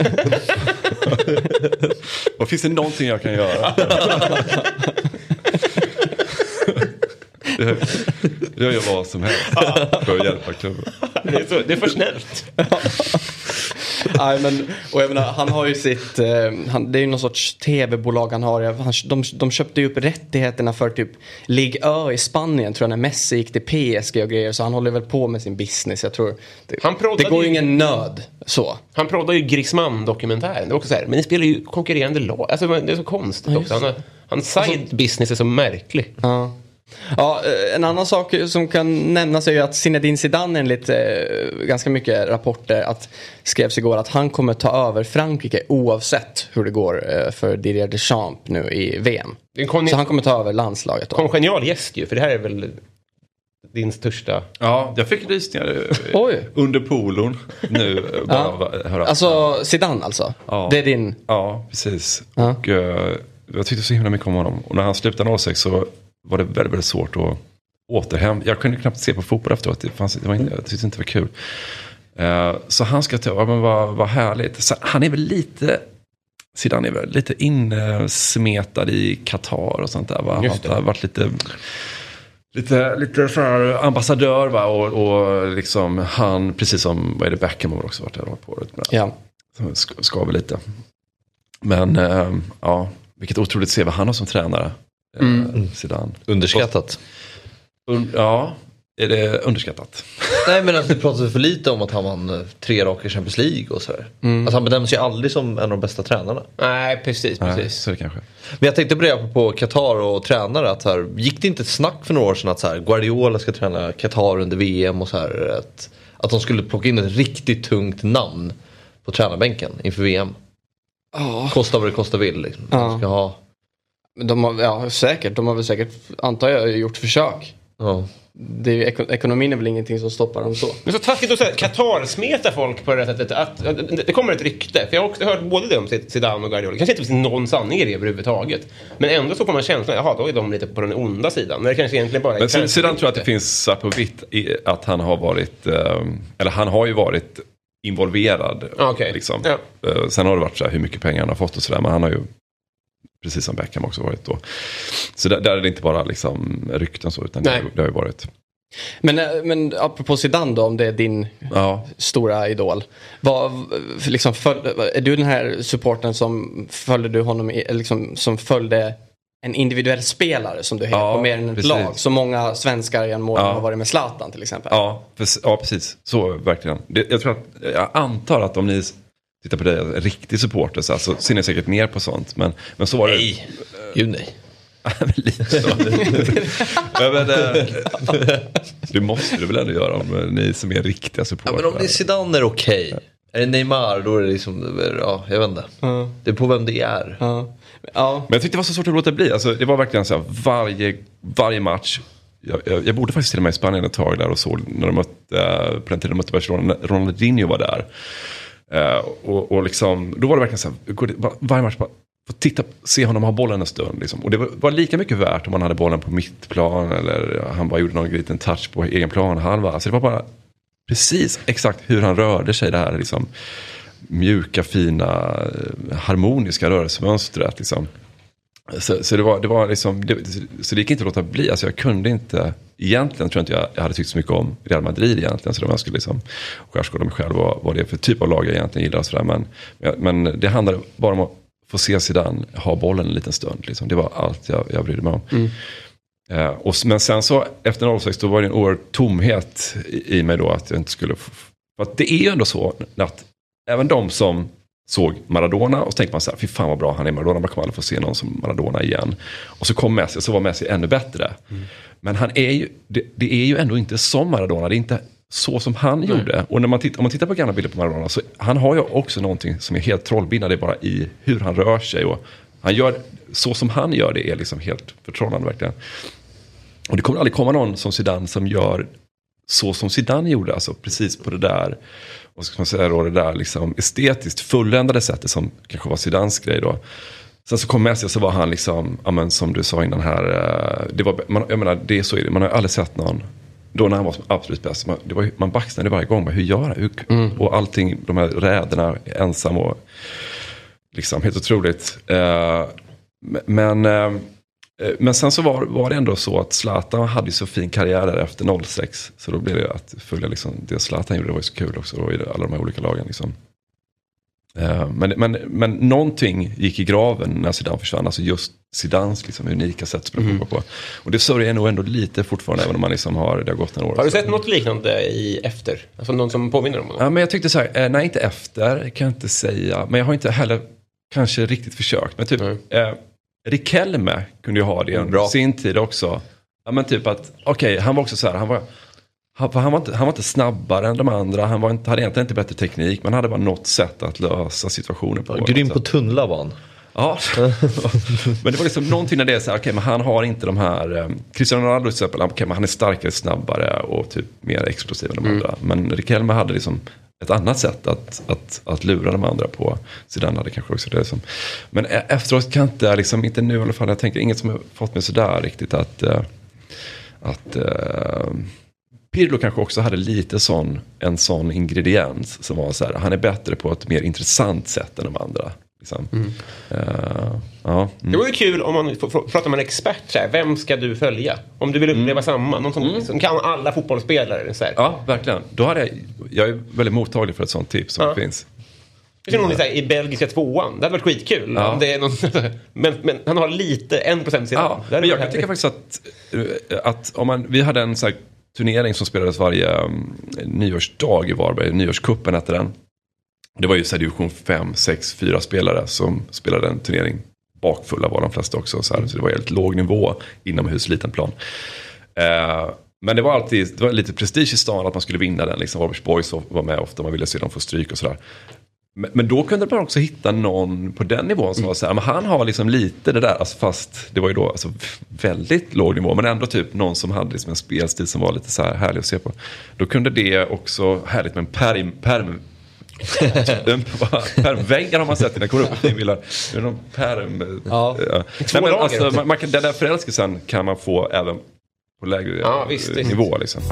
Och finns det någonting jag kan göra? Jag, jag gör vad som helst för att hjälpa klubben. Det är, så, det är för snällt. Nej, men, och jag menar, han har ju sitt, eh, han, det är ju någon sorts tv-bolag han har. Han, de, de köpte ju upp rättigheterna för typ Ligue Ö i Spanien, tror jag, när Messi gick till P S G och grejer. Så han håller väl på med sin business, jag tror. Det, han det går ju ingen nöd så. Han pratade ju Griezmann-dokumentären. Det är också så här, men ni spelar ju konkurrerande lag. Alltså, det är så konstigt också. Han, hans side alltså, business är så märklig. Ja. Ja, en annan sak som kan nämnas är ju att Zinedine Zidane enligt eh, ganska mycket rapporter att skrevs igår att han kommer ta över Frankrike oavsett hur det går eh, för Didier Deschamps nu i V M. Kon- Så han kommer ta över landslaget då. Kongenial gäst ju, för det här är väl din största... Ja, jag fick rysningar under polon nu. Bara ja. höra. Alltså Zidane alltså? Ja. Det är din... Ja, precis. Ja. Och uh, jag tyckte så himla mycket om honom. Och när han slutade noll sex så var det väldigt, väldigt svårt att återhämta. Jag kunde knappt se på fotboll efteråt. Det, fanns, det var inte, jag tyckte inte det var kul. Uh, så han ska ta, men vad, vad härligt. Så han är väl lite, Zidane är väl lite insmetad i Qatar och sånt där. Va? Han har varit lite, lite, lite så här ambassadör, va? Och, och liksom han, precis som, vad är det, Beckham har också varit där på året. Ja. Ska, ska väl lite. Men uh, ja, vilket otroligt C V han har som tränare. Mm. Zidane. Underskattat. Un- ja, är det underskattat? Nej, men alltså, det pratas för lite om att han vann tre raka Champions League och så här. Mm. Alltså, han bedöms ju aldrig som en av de bästa tränarna. Nej, precis, precis. Nej, så det kanske. Men jag tänkte på det på Qatar och tränare, att så här, gick det inte ett snack för några år sedan att så här, Guardiola ska träna Qatar under V M och så här, att, att de skulle plocka in ett riktigt tungt namn på tränarbänken inför V M. Oh. Kosta vad det kosta vill liksom. Ja. De ska ha... De har, ja, säkert. De har väl säkert, antar jag, gjort försök. Ja. Det är ju, ekonomin är väl ingenting som stoppar dem så. Men så taskigt att säga, Qatar smetar folk på det sättet att, att, att det kommer ett rykte. För jag har också hört både det om Zidane och Guardiola. Kanske inte finns någon sanning i det överhuvudtaget. Men ändå så får man känslan, jaha, då är de lite på den onda sidan. Men det kanske egentligen bara är... Men Zidane tror att det finns så på vitt i att han har varit, eller han har ju varit involverad. Okay. Liksom. Ja. Sen har det varit så här hur mycket pengar han har fått och sådär, men han har ju precis som Beckham också varit då. Så där, där är det inte bara liksom rykten så, utan det, det har ju varit. Men, men apropå Zidane då, om det är din ja. stora idol. Vad, liksom, följ, är du den här supporten som följde du honom i, liksom, som följde en individuell spelare som du heter ja, på mer än ett precis. lag? Så många svenskar i en mål ja. har varit med Zlatan till exempel. Ja, för, ja precis. Så verkligen. Det, jag tror att, jag antar att om ni tittar på det, riktig supporter så alltså, ser ni säkert ner på sånt. Men, men så var det... Nej, ju nej. Lite så. Ja, men, det måste du väl ändå göra om ni som är riktiga supportrar. Ja, men om det är Zidane är okej. Okay. Är det Neymar, då är det liksom, ja, jag vet inte. Mm. Det är på vem det är. Mm. Ja. Men jag tyckte det var så svårt att låta bli. Alltså, det var verkligen så här, varje, varje match. Jag, jag, jag borde faktiskt till och med i Spanien ett tag där och så när de mötte, på den tiden de mötte Barcelona, Ronaldinho var där. Uh, och, och liksom, då var det verkligen så här, varje match bara, få titta, se honom ha bollen en stund liksom. Och det var, var lika mycket värt om man hade bollen på mittplan eller han bara gjorde någon liten touch på egen plan halva. Alltså det var bara precis exakt hur han rörde sig, det här liksom mjuka, fina, harmoniska rörelsemönstret liksom. Så, så det var, det var liksom, det, så det gick inte att låta bli. Alltså jag kunde inte, egentligen tror jag inte jag, jag hade tyckt så mycket om Real Madrid egentligen. Så om jag skulle liksom skärskåda mig själv vad, vad det är för typ av lag jag egentligen gillar och sådär. Men, men det handlade bara om att få se Zidane ha bollen en liten stund. Liksom. Det var allt jag, jag brydde mig om. Mm. Uh, och, men sen så efter noll sex då var det en oerhörd tomhet i, i mig då att jag inte skulle få, för att det är ju ändå så att även de som såg Maradona och så tänkte man så här, fy fan vad bra han är Maradona, man kommer aldrig få se någon som Maradona igen. Och så kom Messi och så var Messi ännu bättre. Mm. Men han är ju, det, det är ju ändå inte som Maradona, det är inte så som han mm. gjorde. Och när man tittar, om man tittar på gamla bilder på Maradona så han har ju också någonting som är helt trollbindande bara i hur han rör sig och han gör, så som han gör det är liksom helt förtrollande verkligen. Och det kommer aldrig komma någon som Zidane som gör så som Zidane gjorde, alltså precis på det där, vad ska man säga då, det där liksom estetiskt fulländade sättet som kanske var Zidanes grej då. Sen så kom Messi och så var han liksom, ja men som du sa innan här, det var, man, jag menar, det är så är det, man har ju aldrig sett någon, då när han var som absolut bäst, man, det var, man baxnade varje gång, hur gör det? Hur, mm. Och allting, de här räderna, ensam och liksom helt otroligt. Uh, men... Uh, Men sen så var, var det ändå så att Zlatan hade ju så fin karriär där efter noll sex. Så då blev det att följa liksom, det Zlatan gjorde, det var ju så kul också då, i alla de här olika lagen liksom. Uh, men, men, men någonting gick i graven när Zidane försvann. Alltså just Zidans liksom, unika sätt att spela mm. på. Och det sörjer jag nog ändå lite fortfarande, även om man liksom har, det har gått en år. Har du sett något liknande i efter? Alltså någon som påminner om honom? Ja, men jag tyckte så här, eh, nej inte efter, kan jag inte säga. Men jag har inte heller kanske riktigt försökt. Men typ... Mm. Eh, Riquelme kunde ju ha det mm, i sin tid också. Ja, men typ att, okej, okay, han var också så här, han var, han, han, var inte, han var inte snabbare än de andra, han var inte, hade egentligen inte bättre teknik, men hade bara något sätt att lösa situationen på. Grym på tunnlar var han. Ja, men det var liksom någonting när det är så här, okej, okay, men han har inte de här, um, Cristiano Ronaldo till exempel, okay, men han är starkare, snabbare och typ mer explosiv än de mm. andra. Men Riquelme hade liksom ett annat sätt att, att, att lura de andra på. Zidane hade kanske också det. Liksom. Men efteråt kan inte, liksom, inte nu i alla fall, jag tänker inget som har fått mig sådär riktigt att, uh, att uh, Pirlo kanske också hade lite sån, en sån ingrediens som var så här, han är bättre på ett mer intressant sätt än de andra. Liksom. Mm. Uh, ja, mm. Det vore kul om man pratar med en expert så här, vem ska du följa? Om du vill uppleva mm. samma, någon som, mm. som kan alla fotbollsspelare så här. Ja, verkligen. Då hade jag, jag är väldigt mottaglig för ett sånt tips som ja. finns. Det är någon så här, i belgiska tvåan. Det hade varit skitkul. Ja. Det är någon, men, men han har lite, en procent sedan. Ja, men jag kan tycka faktiskt att, att om man, vi hade en så här turnering som spelades varje um, nyårsdag i Varberg. Nyårskuppen hette den. Det var ju så här division fem, sex, fyra spelare som spelade en turnering. Bakfulla var de flesta också. Så, här, så det var helt låg nivå inomhus, liten plan. Uh, men det var alltid det var lite prestige i stan att man skulle vinna den. Liksom, Varbergs Boys var med ofta, man ville se dem få stryk och sådär. Men, men då kunde man också hitta någon på den nivån som mm. var så här, men han har liksom lite det där, alltså fast det var ju då alltså, väldigt låg nivå, men ändå typ någon som hade liksom en spelstil som var lite så här härlig att se på. Då kunde det också, härligt med en perm, perm permväggar har man sett när jag kommer upp i villar. Det är någon perm. Ja. Ja. Nej, men alltså, man, man kan, den där förälskelsen kan man få även på lägre ja, visst, nivå visst. Liksom.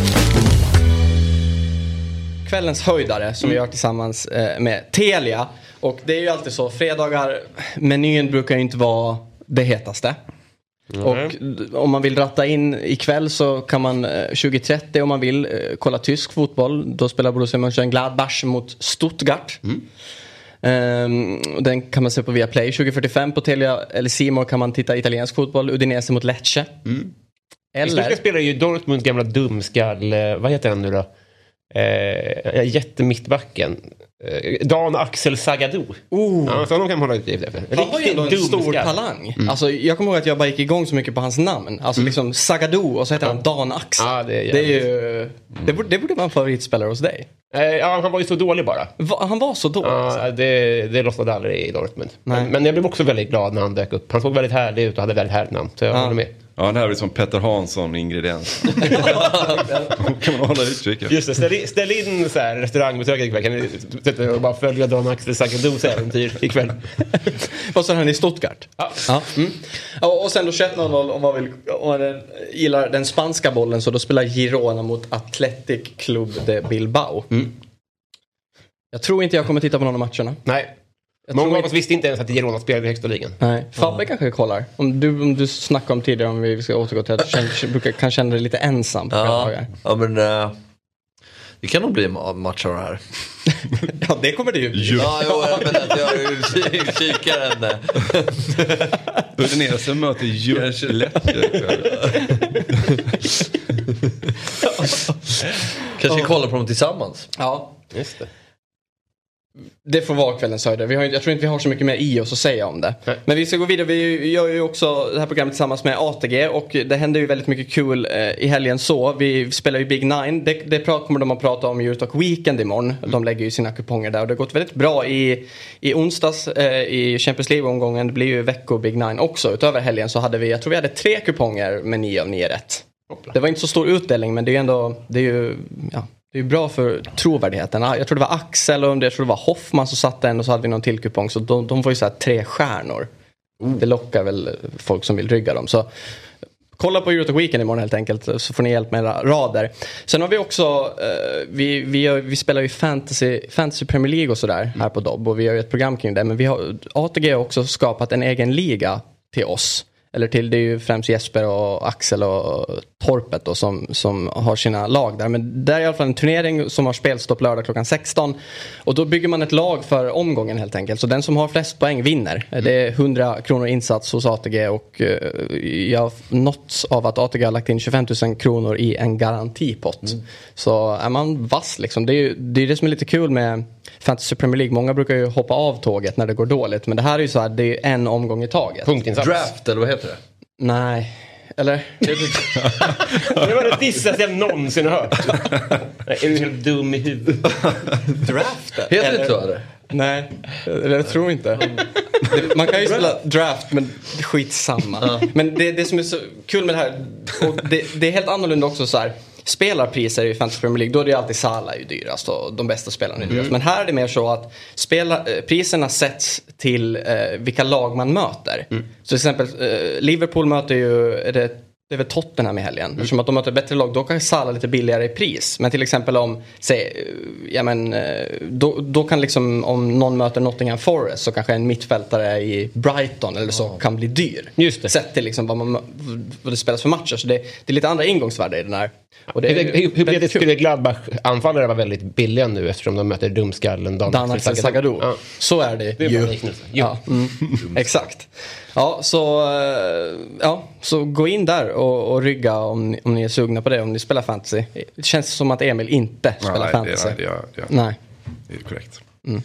Kvällens höjdare som mm. vi gör tillsammans eh, med Telia. Och det är ju alltid så, fredagar, menyn brukar ju inte vara det hetaste. Mm. Och om man vill ratta in ikväll så kan man eh, tjugo trettio om man vill eh, kolla tysk fotboll. Då spelar Borussia Mönchengladbach mot Stuttgart. Mm. Um, den kan man se på Viaplay. tjugo fyrtiofem på Telia eller C More kan man titta italiensk fotboll. Udinese mot Lecce. Mm. Eller... Jag spelar ju Dortmunds gamla dumskall. Vad heter han nu då? Eh, jättemittbacken. Eh, Dan Axel Zagadou. Oh. Ja, så de kan hålla ut efter. Han var ju ändå en stor talang. Mm. Alltså, jag kommer ihåg att jag bara gick igång så mycket på hans namn. Alltså mm. liksom Zagadou och så heter han Dan Axel. Ja, det, är det, är ju, mm. det, borde, det borde vara en favoritspelare hos dig. Eh, ja, han var ju så dålig bara. Va, han var så dålig? Ja, alltså. det, det lossade aldrig i Dortmund. Men, men jag blev också väldigt glad när han dök upp. Han såg väldigt härlig ut och hade väldigt härligt namn. Så jag ja. håller med. Ja, det här är som Petter Hansson-ingrediens. Kan man hålla utkik. Just det, ställ in, ställ in så här restaurangbesöket ikväll. Kan ni sätta och bara följa Dan Axel Zagadous äventyr ikväll? Vad sa han i Stuttgart? Ja. Ja. Mm. Och sen då tjugoett noll noll om man vill, om man gillar den spanska bollen så då spelar Girona mot Athletic Club de Bilbao. Mm. Jag tror inte jag kommer titta på någon av matcherna. Nej. Många av oss visste inte ens att Girona spelade i högsta ligan. Nej, Fabbe mm. kanske kollar. Om du, om du snackade om tidigare, om vi ska återgå till att du brukar, kan känna dig lite ensam på ja, ja, men uh, det kan nog bli en match av det här. Ja, det kommer det ju bli. Ja, jo, jag menar att jag är kikaren. Udinese möter ju lätt. Kanske kolla på dem tillsammans. Ja, just det. Det får vara kvällens höjder. Vi har, jag tror inte vi har så mycket mer i oss att säga om det. Nej. Men vi ska gå vidare. Vi gör ju också det här programmet tillsammans med A T G. Och det händer ju väldigt mycket kul eh, i helgen så. Vi spelar ju Big Nine. Det, det kommer de att prata om i Eurotalk Weekend imorgon. De lägger ju sina kuponger där. Och det har gått väldigt bra i, i onsdags eh, i Champions League-omgången. Det blir ju veckor Big Nine också. Utöver helgen så hade vi, jag tror vi hade tre kuponger med nio av nio rätt. Hoppla. Det var inte så stor utdelning, men det är ju ändå, det är ju, ja. Det är bra för trovärdigheten. Jag tror det var Axel och jag tror det var Hoffman som satt en och så hade vi någon till kupong. Så de, de får ju så här tre stjärnor. Mm. Det lockar väl folk som vill rygga dem. Så kolla på Eurotalk Weekend imorgon helt enkelt så får ni hjälp med rader. Sen har vi också, eh, vi, vi, vi spelar ju fantasy, fantasy Premier League och sådär här på Dobb. Och vi har ju ett program kring det. Men vi har, A T G har också skapat en egen liga till oss. Eller till, det är ju främst Jesper och Axel och Torpet då, som, som har sina lag där. Men det är i alla fall en turnering som har spelstopp lördag klockan sexton. Och då bygger man ett lag för omgången helt enkelt. Så den som har flest poäng vinner. Mm. Det är hundra kronor insats hos A T G. Och uh, jag har nåtts av att A T G har lagt in tjugofem tusen kronor i en garantipott. Mm. Så är man vass liksom. Det är ju det, är det som är lite kul med Fantasy Premier League. Många brukar ju hoppa av tåget när det går dåligt. Men det här är ju så här, det är en omgång i taget. Punktinsats. Draft, eller vad heter det? Nej, eller? Det var det dissaste jag någonsin har hört. Är du helt dum i huvudet? Draft? Heter det så eller? Nej, eller jag tror inte. Man kan ju spela draft, men skitsamma. Ja. Men det, det som är så kul med det här, och det, det är helt annorlunda också så här. Spelarpriser i Fantasy Premier League, då är det alltid Salah är ju dyrast och de bästa spelarna är dyrast. Mm. Men här är det mer så att spela, eh, priserna sätts till eh, vilka lag man möter. Mm. Så till exempel eh, Liverpool möter ju, är det, det är väl Tottenham i helgen. Mm. Eftersom att de möter bättre lag, då kan Salah lite billigare i pris. Men till exempel om, säg, ja men, då, då kan liksom, om någon möter Nottingham Forest så kanske en mittfältare i Brighton eller så oh. kan bli dyr. Just det. Sett till liksom vad, man, vad det spelas för matcher. Så det, det är lite andra ingångsvärde i den här. Och det är hur blir det skulle Gladbach-anfallare vara väldigt billiga nu eftersom de möter dumskallen Dan Axel Zagadou. Ja. Så är det, det är ju. Ja, mm. Exakt. Ja, så, ja, så gå in där och, och rygga om ni, om ni är sugna på det, om ni spelar fantasy. Det känns som att Emil inte spelar nej, fantasy. Det, nej, det, gör, det, gör. nej, det är korrekt. Mm.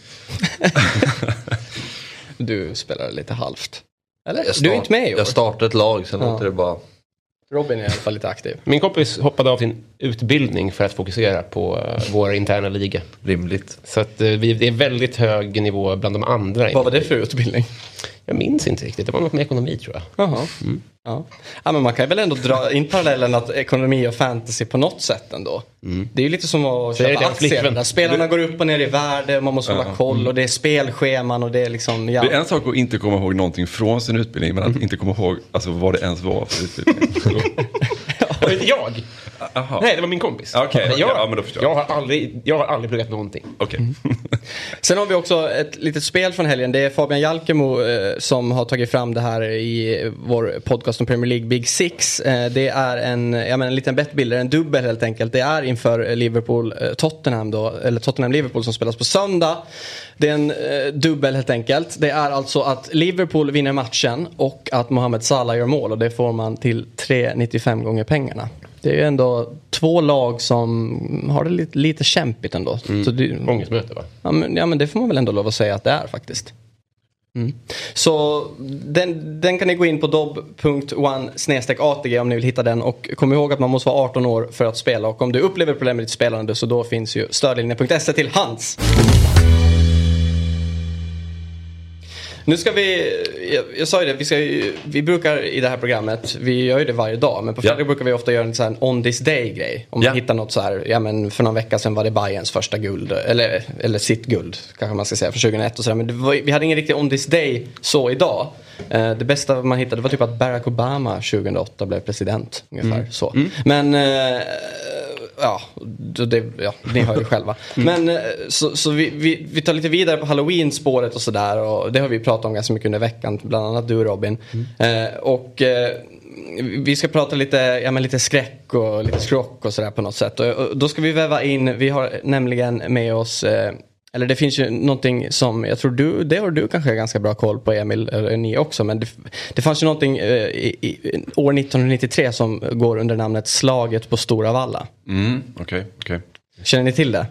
Du spelar lite halvt. Eller? Start, du är inte med i år. Jag startade ett lag, sen låter ja. det bara... Robin är i alla fall lite aktiv. Min kompis hoppade av sin utbildning för att fokusera på uh, vår interna liga. Rimligt. Så att uh, vi, det är väldigt hög nivå bland de andra. Vad var det för utbildning? Jag minns inte riktigt. Det var något med ekonomi tror jag. Jaha. Mm. Ja. Ja, men man kan väl ändå dra in parallellen att ekonomi och fantasy på något sätt ändå. Mm. Det är ju lite som att så köpa aktier. Där spelarna går upp och ner i värde, man måste hålla uh-huh. koll mm. och det är spelscheman och det är liksom... Ja. Det är en sak att inte komma ihåg någonting från sin utbildning, men att inte komma ihåg alltså, vad det ens var för utbildning. Var det inte jag? Aha. Nej, det var min kompis. Okay, men jag, ja, men då förstår jag. Jag, har aldrig, jag har aldrig pluggat någonting. Okay. Mm. Sen har vi också ett litet spel från helgen. Det är Fabian Jalkemo eh, som har tagit fram det här i vår podcast om Premier League Big Six. Eh, det är en, jag menar, en liten bettbilder, en dubbel helt enkelt. Det är inför Liverpool-Tottenham då, eller Tottenham-Liverpool som spelas på söndag. Det är en eh, dubbel helt enkelt. Det är alltså att Liverpool vinner matchen och att Mohamed Salah gör mål, och det får man till tre komma nittiofem gånger pengarna. Det är ju ändå två lag som har det lite, lite kämpigt ändå. Mm. Så det, ångestmöte va? Ja men, ja men det får man väl ändå lov att säga att det är faktiskt. Mm. Så den, den kan ni gå in på dobb punkt one slash A T G om ni vill hitta den. Och kom ihåg att man måste vara arton år för att spela. Och om du upplever problem med ditt spelande så då finns ju stödlinjen punkt se till hands. Nu ska vi, jag, jag sa ju det, vi, ska, vi brukar i det här programmet, vi gör ju det varje dag, men på fredag ja. brukar vi ofta göra en sån här on this day-grej. Om ja. man hittar något så här, ja men för någon vecka sedan var det Bayerns första guld, eller, eller sitt guld kanske man ska säga, för tjugohundraett och sådär. Men det var, vi hade ingen riktig on this day så idag. Eh, det bästa man hittade var typ att Barack Obama tjugohundraåtta blev president, ungefär mm. så. Mm. Men... Eh, ja, det, ja, ni hör ju själva. Mm. Men så, så vi, vi, vi tar lite vidare på Halloween-spåret och sådär. Och det har vi pratat om ganska mycket under veckan. Bland annat du, Robin. Mm. Eh, och eh, vi ska prata lite, ja, men lite skräck och lite skrock och sådär på något sätt. Och, och då ska vi väva in, vi har nämligen med oss... Eh, Eller det finns ju någonting som, jag tror du, det har du kanske ganska bra koll på, Emil, eller ni också, men det, det fanns ju någonting eh, i, i år nittonhundranittiotre som går under namnet Slaget på Stora Valla. Mm, okej, okay, okej. Okay. Känner ni till det?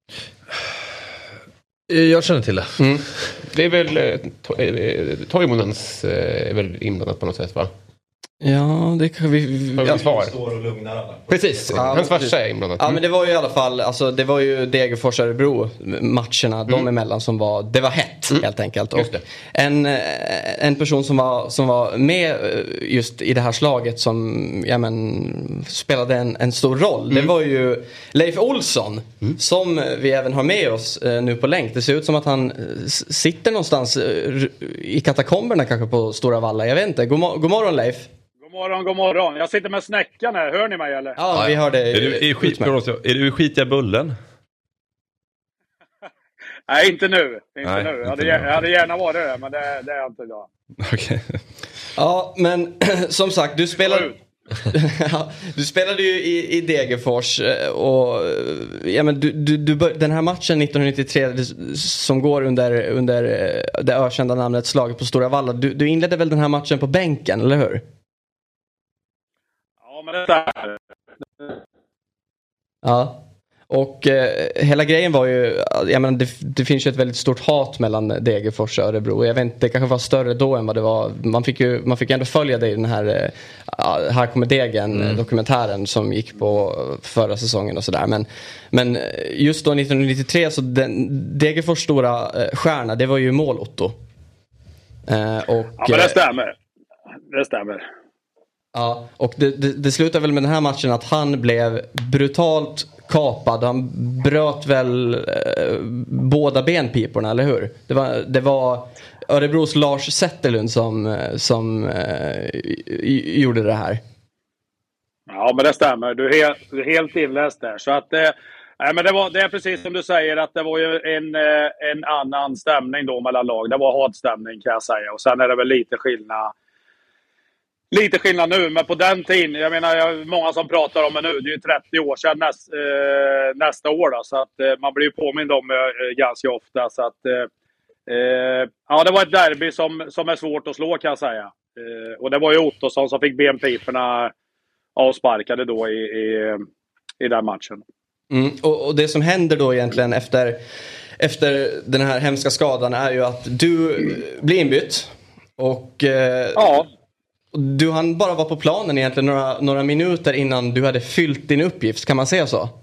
Jag känner till det. Mm. Det är väl eh, to- eh, Toimonens eh, är väl inblandat på något sätt, va? Ja, det kan vi... Ja, svar. Står och lugnar alla. Precis, ja, hans farsa är inblandat. Ja, men det var ju i alla fall, alltså det var ju Degerfors Örebro matcherna mm. de emellan som var, det var hett mm. helt enkelt. Och en, en person som var, som var med just i det här slaget som, ja men, spelade en, en stor roll. Mm. Det var ju Leif Olsson mm. som vi även har med oss eh, nu på länk. Det ser ut som att han sitter någonstans eh, i katakomberna kanske på Stora Valla, jag vet inte. God, god morgon, Leif. God morgon, god morgon. Jag sitter med snäckan här. Hör ni mig eller? Ja, vi hör det. Är du i skit, är du i skitiga bullen? Nej, inte nu. Inte Nej, nu. Jag inte hade, nu. jag hade gärna varit det, men det, det är jag inte idag. Okej. Okay. Ja, men som sagt, du spelar... ja, du spelade ju i, i Degerfors och ja, men du, du, du bör, den här matchen nittonhundranittiotre som går under, under det ökända namnet Slaget på Stora Valla, du, du inledde väl den här matchen på bänken, eller hur? Ja, men det är... Ja. Och eh, hela grejen var ju, jag menar, det, det finns ju ett väldigt stort hat mellan Degerfors och Örebro. Jag vet inte, det kanske var större då än vad det var. Man fick ju, man fick ändå följa det i den här eh, Här kommer Degen mm. dokumentären som gick på förra säsongen och sådär. Men, men just då nittonhundranittiotre så den, Degerfors stora eh, stjärna, det var ju mål Otto. Eh, och, ja, men det stämmer. Det stämmer. Ja, och det, det, det slutar väl med den här matchen att han blev brutalt kapad. Han bröt väl eh, båda benpiporna, eller hur? Det var, det var Örebros Lars Zetterlund som, som eh, gjorde det här. Ja, men det stämmer. Du är helt, du är helt inläst där. Så att, eh, nej, men det, var, det är precis som du säger, att det var ju en, en annan stämning då mellan lag. Det var hatstämning, kan jag säga. Och sen är det väl lite skillnad. Lite skillnad nu, men på den tiden, jag menar, jag, många som pratar om det nu, det är ju trettio år sedan näst, eh, nästa år då, så att eh, man blir ju påmind om det eh, ganska ofta, så att eh, eh, ja, det var ett derby som, som är svårt att slå, kan jag säga. Eh, och det var ju Ottosson som fick benpiporna avsparkade då i, i, i den matchen. Mm, och, och det som händer då egentligen efter, efter den här hemska skadan är ju att du blir inbytt och eh, ja. Du hann bara vara på planen egentligen några, några minuter innan du hade fyllt din uppgift. Kan man säga så?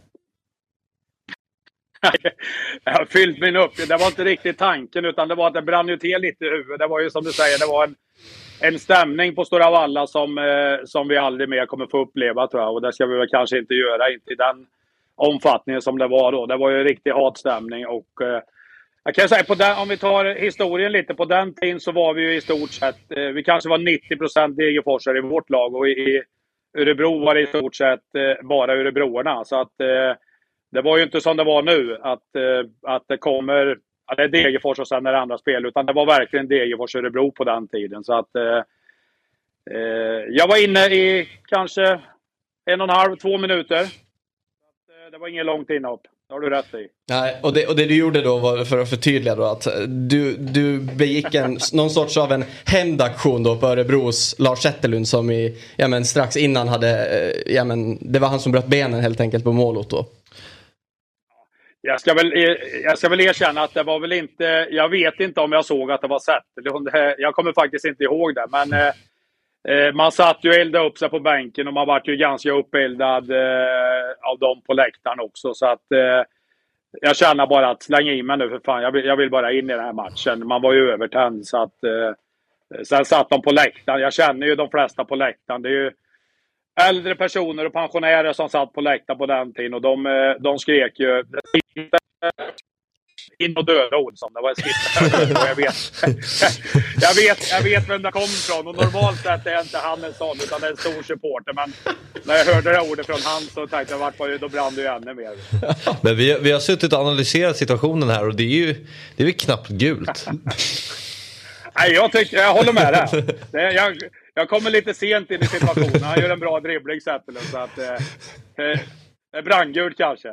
Jag har fyllt min uppgift. Det var inte riktigt tanken, utan det var att det brann ju till lite i huvudet. Det var ju som du säger, det var en, en stämning på Stora Valla som, eh, som vi aldrig mer kommer få uppleva, tror jag. Och det ska vi väl kanske inte göra, inte i den omfattningen som det var då. Det var ju en riktig hatstämning och... Eh, Jag kan säga, på den, om vi tar historien lite, på den tiden så var vi ju i stort sett, eh, vi kanske var nittio procent Degerforsare i vårt lag, och i, i Örebro var det i stort sett eh, bara örebroarna. Så att eh, det var ju inte som det var nu, att, eh, att det kommer, ja, det är Degerfors och sen är det andra spel, utan det var verkligen Degerfors Örebro på den tiden. Så att eh, eh, jag var inne i kanske en och en halv, två minuter. Så att, eh, det var ingen långt inhopp. Det har du rätt i. Nej, och det, och det du gjorde då var, för att förtydliga då, att du, du begick en, någon sorts av en hämndaktion då på Örebros Lars Zetterlund som i, ja men strax innan hade, ja men det var han som bröt benen helt enkelt på målet då. Jag ska, väl, jag ska väl erkänna att det var väl inte, jag vet inte om jag såg att det var Zetterlund. Jag kommer faktiskt inte ihåg det, men eh, man satt ju och eldade upp sig på bänken och man var ju ganska uppeldad eh, av dem på läktaren också, så att eh, jag känner bara att slänga in mig nu för fan, jag vill, jag vill bara in i den här matchen. Man var ju övertänd, så att eh, sen satt de på läktaren. Jag känner ju de flesta på läktaren. Det är ju äldre personer och pensionärer som satt på läktaren på den tiden, och de, de skrek ju in och döda Olsson. Det var smitt. jag vet. jag vet jag vet vem det kom ifrån. Och normalt sett är inte han en sån, utan det är en stor supporter. Men när jag hörde det här ordet från han så tänkte jag vart var ju, då brann det ju ännu mer. Men vi, vi har suttit och analyserat situationen här och det är ju det är väl knappt gult. Nej, jag tycker jag håller med där. Det, jag, jag kommer lite sent in i situationen. Han gör en bra dribbling så att eh, eh, det är brandgult kanske.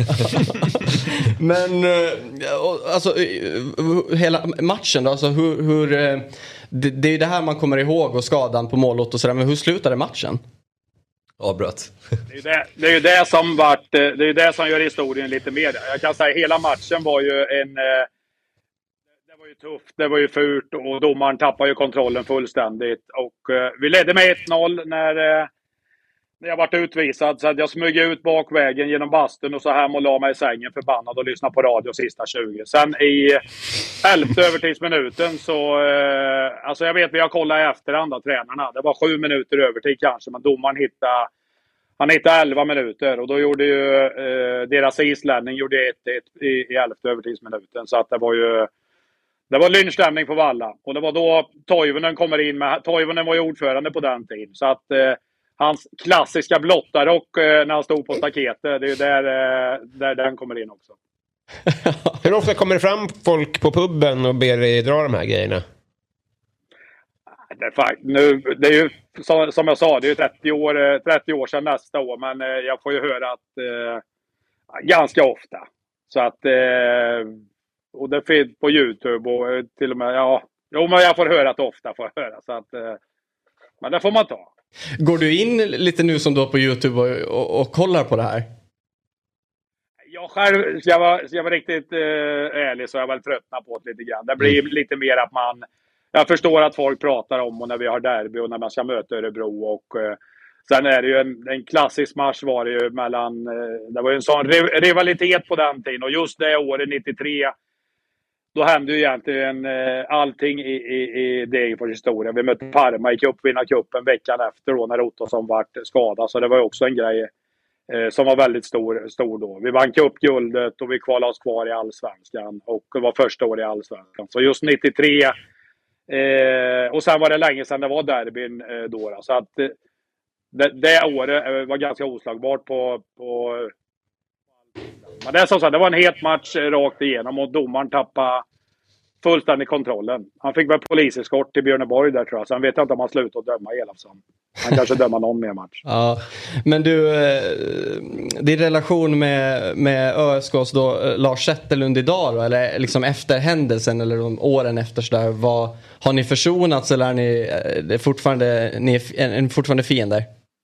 Men alltså hela matchen då, alltså hur, hur det, det är ju det här man kommer ihåg och skadan på målet och sådär, men hur slutade matchen? Avbröt. Det är ju det, det, är ju det som vart, det är ju det som gör historien lite mer. Jag kan säga hela matchen var ju en det var ju tufft, det var ju fult och domaren tappade ju kontrollen fullständigt och vi ledde med ett noll när När jag varit utvisad så hade jag smugit ut bakvägen genom bastun och så hem och la mig i sängen förbannad och lyssna på radio sista tjugo. Sen i elfte övertidsminuten så... Eh, alltså jag vet, vi har kollat i efterhand av tränarna. Det var sju minuter övertid kanske, men domaren hittade... Han hittade elva minuter och då gjorde ju eh, deras islänning gjorde ett ett i, i elfte övertidsminuten. Så att det var ju... Det var lynchstämning på Valla. Och det var då Toivonen kommer in med... Toivonen var ju ordförande på den tiden. Så att... Eh, Hans klassiska blottarock eh, när han stod på staketet, det är ju där, eh, där den kommer in också. Hur ofta kommer det fram folk på pubben och ber dig dra de här grejerna? Det är, fakt- nu, det är ju som, som jag sa, det är ju trettio år, trettio år sedan nästa år, men eh, jag får ju höra att eh, ganska ofta. Så att, eh, och det finns på YouTube och eh, till och med, ja, jo men jag får höra att ofta får jag höra. Så att, eh, men det får man ta. Går du in lite nu som då på YouTube och, och, och kollar på det här? Jag själv, jag var, jag var riktigt eh, ärlig så jag väl tröttnat på det lite grann. Det blir mm. lite mer att man... Jag förstår att folk pratar om och när vi har derby och när man ska möta Örebro och... Eh, sen är det ju en, en klassisk match var det ju mellan... Eh, det var ju en sån rivalitet på den tiden och just det året nittiotre... Då hände ju egentligen eh, allting i, i, i Degerfors historia. Vi mötte Parma i cupvinnarcupen veckan efter då när Ottosson vart skadad. Så det var ju också en grej eh, som var väldigt stor, stor då. Vi vann cupguldet och vi kvalade oss kvar i Allsvenskan. Och det var första året i Allsvenskan. Så just nittiotre. Eh, och sen var det länge sedan det var derbyn eh, då, då. Så att eh, det, det året var ganska oslagbart på... på Men det är som sagt, det var en het match rakt igenom och domaren tappade fullständig kontrollen. Han fick väl poliseskort till Björneborg där tror jag. Sen vet jag inte om han slutade döma i Elfsson. Han kanske dömer någon mer match. Ja, men du, din relation med, med ÖSKs då, Lars Zetterlund idag då, eller liksom efter händelsen eller de åren efter så där, vad, har ni försonats eller är ni, är fortfarande, ni är, är ni fortfarande fiender?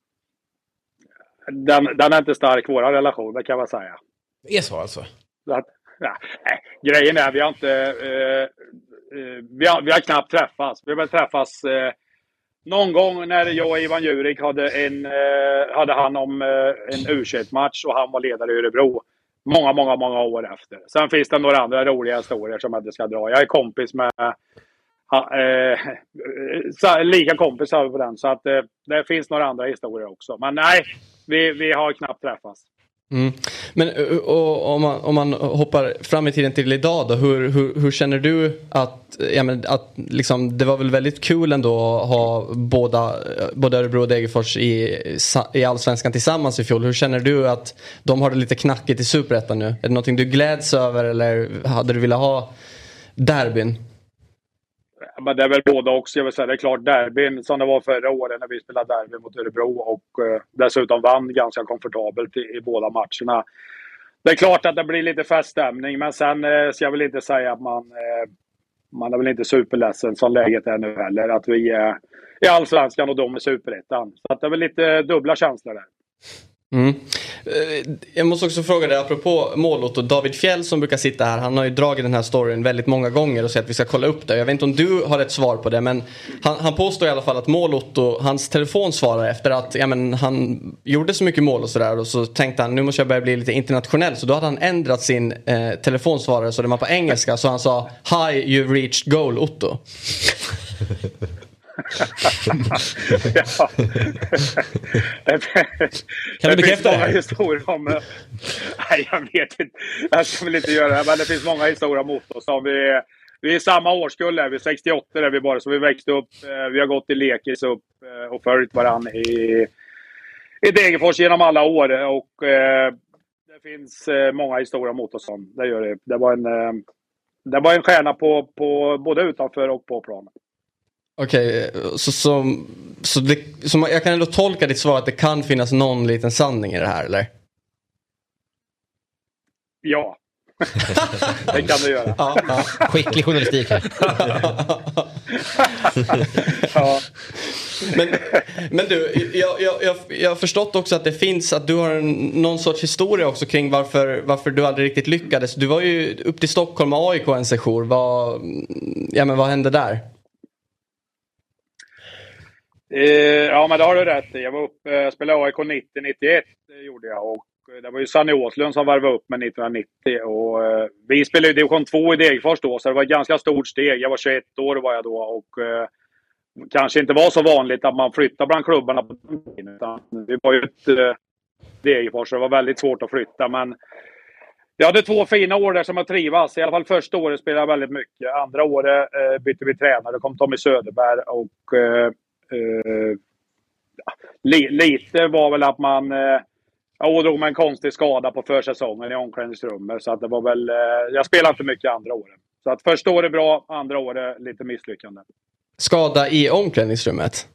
Den, den är inte stark, våra relation, det kan man säga. Det är så alltså? Att, ja, nej, grejen är vi har inte eh, eh, vi, har, vi har knappt träffats. Vi har väl träffats eh, någon gång när jag och Ivan Jurik hade en eh, hade han om eh, en U tjugoett-match och han var ledare i Örebro många, många, många år efter. Sen finns det några andra roliga historier som jag inte ska dra. Jag är kompis med ha, eh, lika kompis på den, så att eh, det finns några andra historier också. Men nej, vi, vi har knappt träffats. Mm. Men och, om, man, om man hoppar fram i tiden till idag då, hur, hur, hur känner du att, ja, men, att liksom, det var väl väldigt kul ändå att ha båda, både Örebro och Degerfors i, i Allsvenskan tillsammans i fjol. Hur känner du att de har det lite knackigt i Superettan nu? Är det någonting du gläds över eller hade du velat ha derbyn? Men det är väl båda också, jag vill säga. Det är klart derbyn som det var förra året när vi spelade derby mot Örebro och eh, dessutom vann ganska komfortabelt i, i båda matcherna. Det är klart att det blir lite feststämning, men sen eh, ska jag väl inte säga att man eh, man är väl inte superledsen som läget är nu heller, att vi är eh, i Allsvenskan och de är Superettan. Så att det är väl lite dubbla känslor där. Mm. Jag måste också fråga dig apropå målot och David Fjell som brukar sitta här. Han har ju dragit den här storyn väldigt många gånger och sagt att vi ska kolla upp det. Jag vet inte om du har ett svar på det, men han, han påstår i alla fall att målotto, hans telefon svarar efter att ja, men han gjorde så mycket mål och sådär, och så tänkte han nu måste jag börja bli lite internationell, så då hade han ändrat sin eh, telefonsvarare så det var på engelska, så han sa hi you reached goal Otto. ja. Kan du bekräfta det här? Historier om, nej, jag vet inte. Jag ska väl inte göra det, men det finns många historier mot oss. Som vi, vi är samma årskull, vi är sextioåtta där vi bara, så vi växte upp. Vi har gått i lekis upp och följt varann i, i Degerfors genom alla år. Och eh, det finns många historier mot oss. Det gör det. Det var en, det var en stjärna på, på både utanför och på planen. Okej, okay, så, så, så, det, så jag kan ändå tolka ditt svar att det kan finnas någon liten sanning i det här, eller? Ja. Det kan du göra. Ja, ja. Skicklig journalistik här. Ja. Men, men du, jag, jag, jag, jag har förstått också att det finns, att du har en, någon sorts historia också kring varför, varför du aldrig riktigt lyckades. Du var ju upp till Stockholm med A I K en session. Vad, ja, men vad hände där? Eh, ja, men det har du rätt i. Jag var upp, eh, spelade A I K nittio nittioett eh, gjorde jag, och eh, det var ju Sanny Åslund som varvade upp med nittonhundranittio, och eh, vi spelade ju division två i Degerfors då, så det var ett ganska stort steg. Jag var tjugoett år var jag då, och eh, kanske inte var så vanligt att man flyttar bland klubbarna på den tiden, utan vi var ju ett eh, Degerfors, så det var väldigt svårt att flytta, men jag hade två fina år där som jag trivas. I alla fall första året spelade jag väldigt mycket. Andra året eh, bytte vi tränare, kom Tommy Söderberg, och eh, Uh, li, lite var väl att man uh, jag ådrog mig en konstig skada på försäsongen i omklädningsrummet, så att det var väl uh, jag spelade inte mycket andra året. Så att första året bra, andra året lite misslyckande. Skada i omklädningsrummet?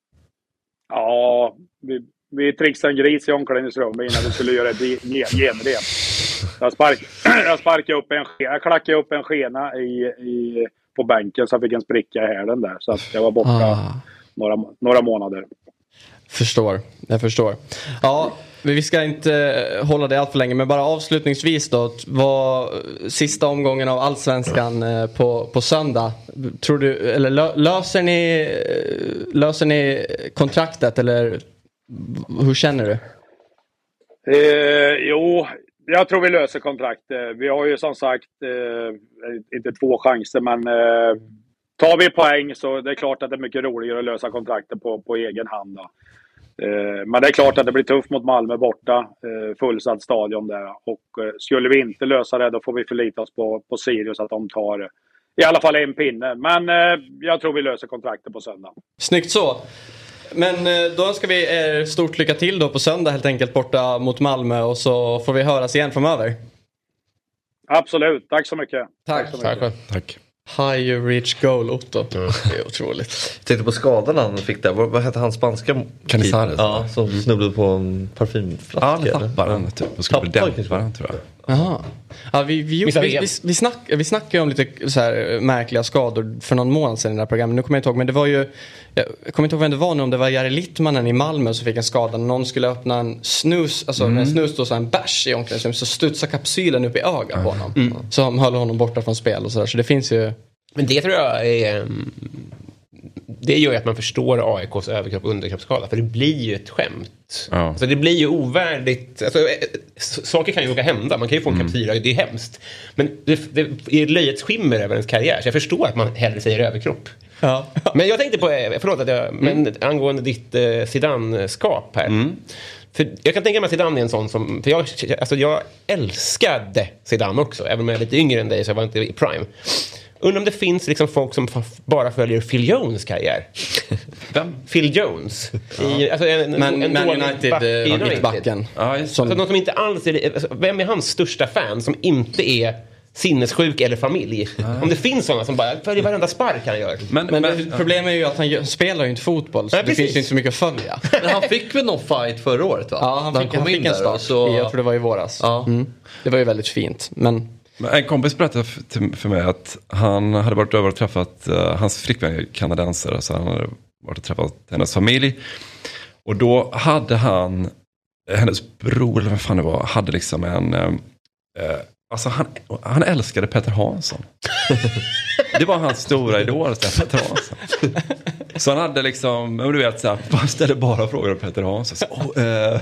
Ja, vi, vi trixade en gris i omklädningsrummet innan vi skulle göra ett genrep. Jag spark, jag sparkade upp en jag klackade upp en skena i, i på bänken, så jag fick en spricka i hälen där, så att jag var borta ah. Några, några månader. Förstår, jag förstår. Ja, vi ska inte hålla det allt för länge, men bara avslutningsvis då, var sista omgången av Allsvenskan på, på söndag. Tror du, eller löser ni, löser ni kontraktet, eller hur känner du? Eh, jo, jag tror vi löser kontraktet. Vi har ju som sagt eh, inte två chanser, men eh, tar vi poäng så det är klart att det är mycket roligare att lösa kontraktet på, på egen hand då. Eh, men det är klart att det blir tufft mot Malmö borta, eh, fullsatt stadion där, och eh, skulle vi inte lösa det, då får vi förlita oss på, på Sirius att de tar eh, i alla fall en pinne. Men eh, jag tror vi löser kontraktet på söndag. Snyggt så. Men eh, då önskar vi er stort lycka till då på söndag helt enkelt borta mot Malmö, och så får vi höras igen framöver. Absolut, tack så mycket. Tack, tack så mycket. Tack. Tack. High you reach goal, Otto. Mm. Det är otroligt. Jag tänkte på skadan han fick där. Vad, vad hette han spanska? Canizares. Ja, som snubblade på en parfymflaska. Ja, han tappade den typ. Och skulle dämpa den, tror jag. Jaha. Ja, vi, vi, vi, vi, vi, vi, snack, vi snackade om lite så här märkliga skador för någon månad sedan i det här programmet. Nu kommer jag inte ihåg, men det var ju, jag kommer inte ihåg vem det var nu, om det var Jari Littmannen i Malmö som fick en skada. Någon skulle öppna en snus, alltså mm. en snus då, så en bärs i omklädningsrummet, så studsade kapsylen upp i ögat på honom. Mm. Så höll honom borta från spel och sådär. Så det finns ju... Men det tror jag är... Det gör ju att man förstår A I K:s överkropp och underkroppsskada, för det blir ju ett skämt. Ja. Alltså det blir ju ovärdigt. Alltså, saker kan ju råka hända. Man kan ju få en mm. kapsyl, det är hemskt. Men det, det är löjets skimmer över ens karriär. Så jag förstår att man hellre säger överkropp. Ja. Men jag tänkte på, förlåt att jag, men mm. angående ditt eh, Zidane-skap här. Mm. För jag kan tänka mig att Zidane är en sån som... För jag, alltså jag älskade Zidane också, även om jag är lite yngre än dig, så jag var inte i prime. Undrar om det finns liksom folk som bara följer Phil Jones karriär. Vem? Phil Jones. Ja. I, alltså en, Men en Man United, back, uh, United. backen. Ja, som... alltså, någon som inte alls är, alltså, vem är hans största fan som inte är sinnessjuk eller familj? Ah. Om det finns sådana som bara följer varenda spark han gör. Men, men, men problemet är ju att han spelar ju inte fotboll, så Nej, det precis. finns ju inte så mycket att följa. Men han fick väl någon fight förra året, va? Ja, han fick, han kom han fick in en start. Så... Jag tror det var i våras. Ja. Mm. Det var ju väldigt fint, men... En kompis berättade för mig att han hade varit över och träffat, uh, hans flickvän är kanadensare, så han hade varit och träffat hennes familj. Och då hade han, hennes bror, eller vad fan det var, hade liksom en, uh, alltså han, han älskade Peter Hansson. Det var hans stora idol, Peter Hansson. Så han hade liksom, du vet så här, man ställde bara frågor om Peter Hansson. Så, oh, eh.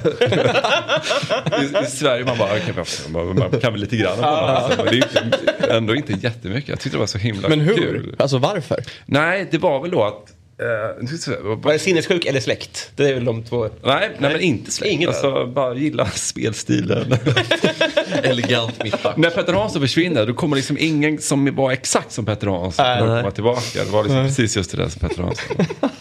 I, I Sverige man bara, okay, man, man kan väl lite grann om honom, men det är inte, ändå inte jättemycket. Jag tyckte det var så himla men hur? kul. Alltså varför? Nej, det var väl då att Var det sinnessjuk eller släkt? Det är väl de två. Nej, nej men inte släkt. Ingen alltså bara gilla spelstilen. Elegant mittback. När Petter Hansson försvinner, då kommer liksom ingen som var exakt som Petter Hansson att komma tillbaka. Det var liksom precis just det där som Petter Hansson.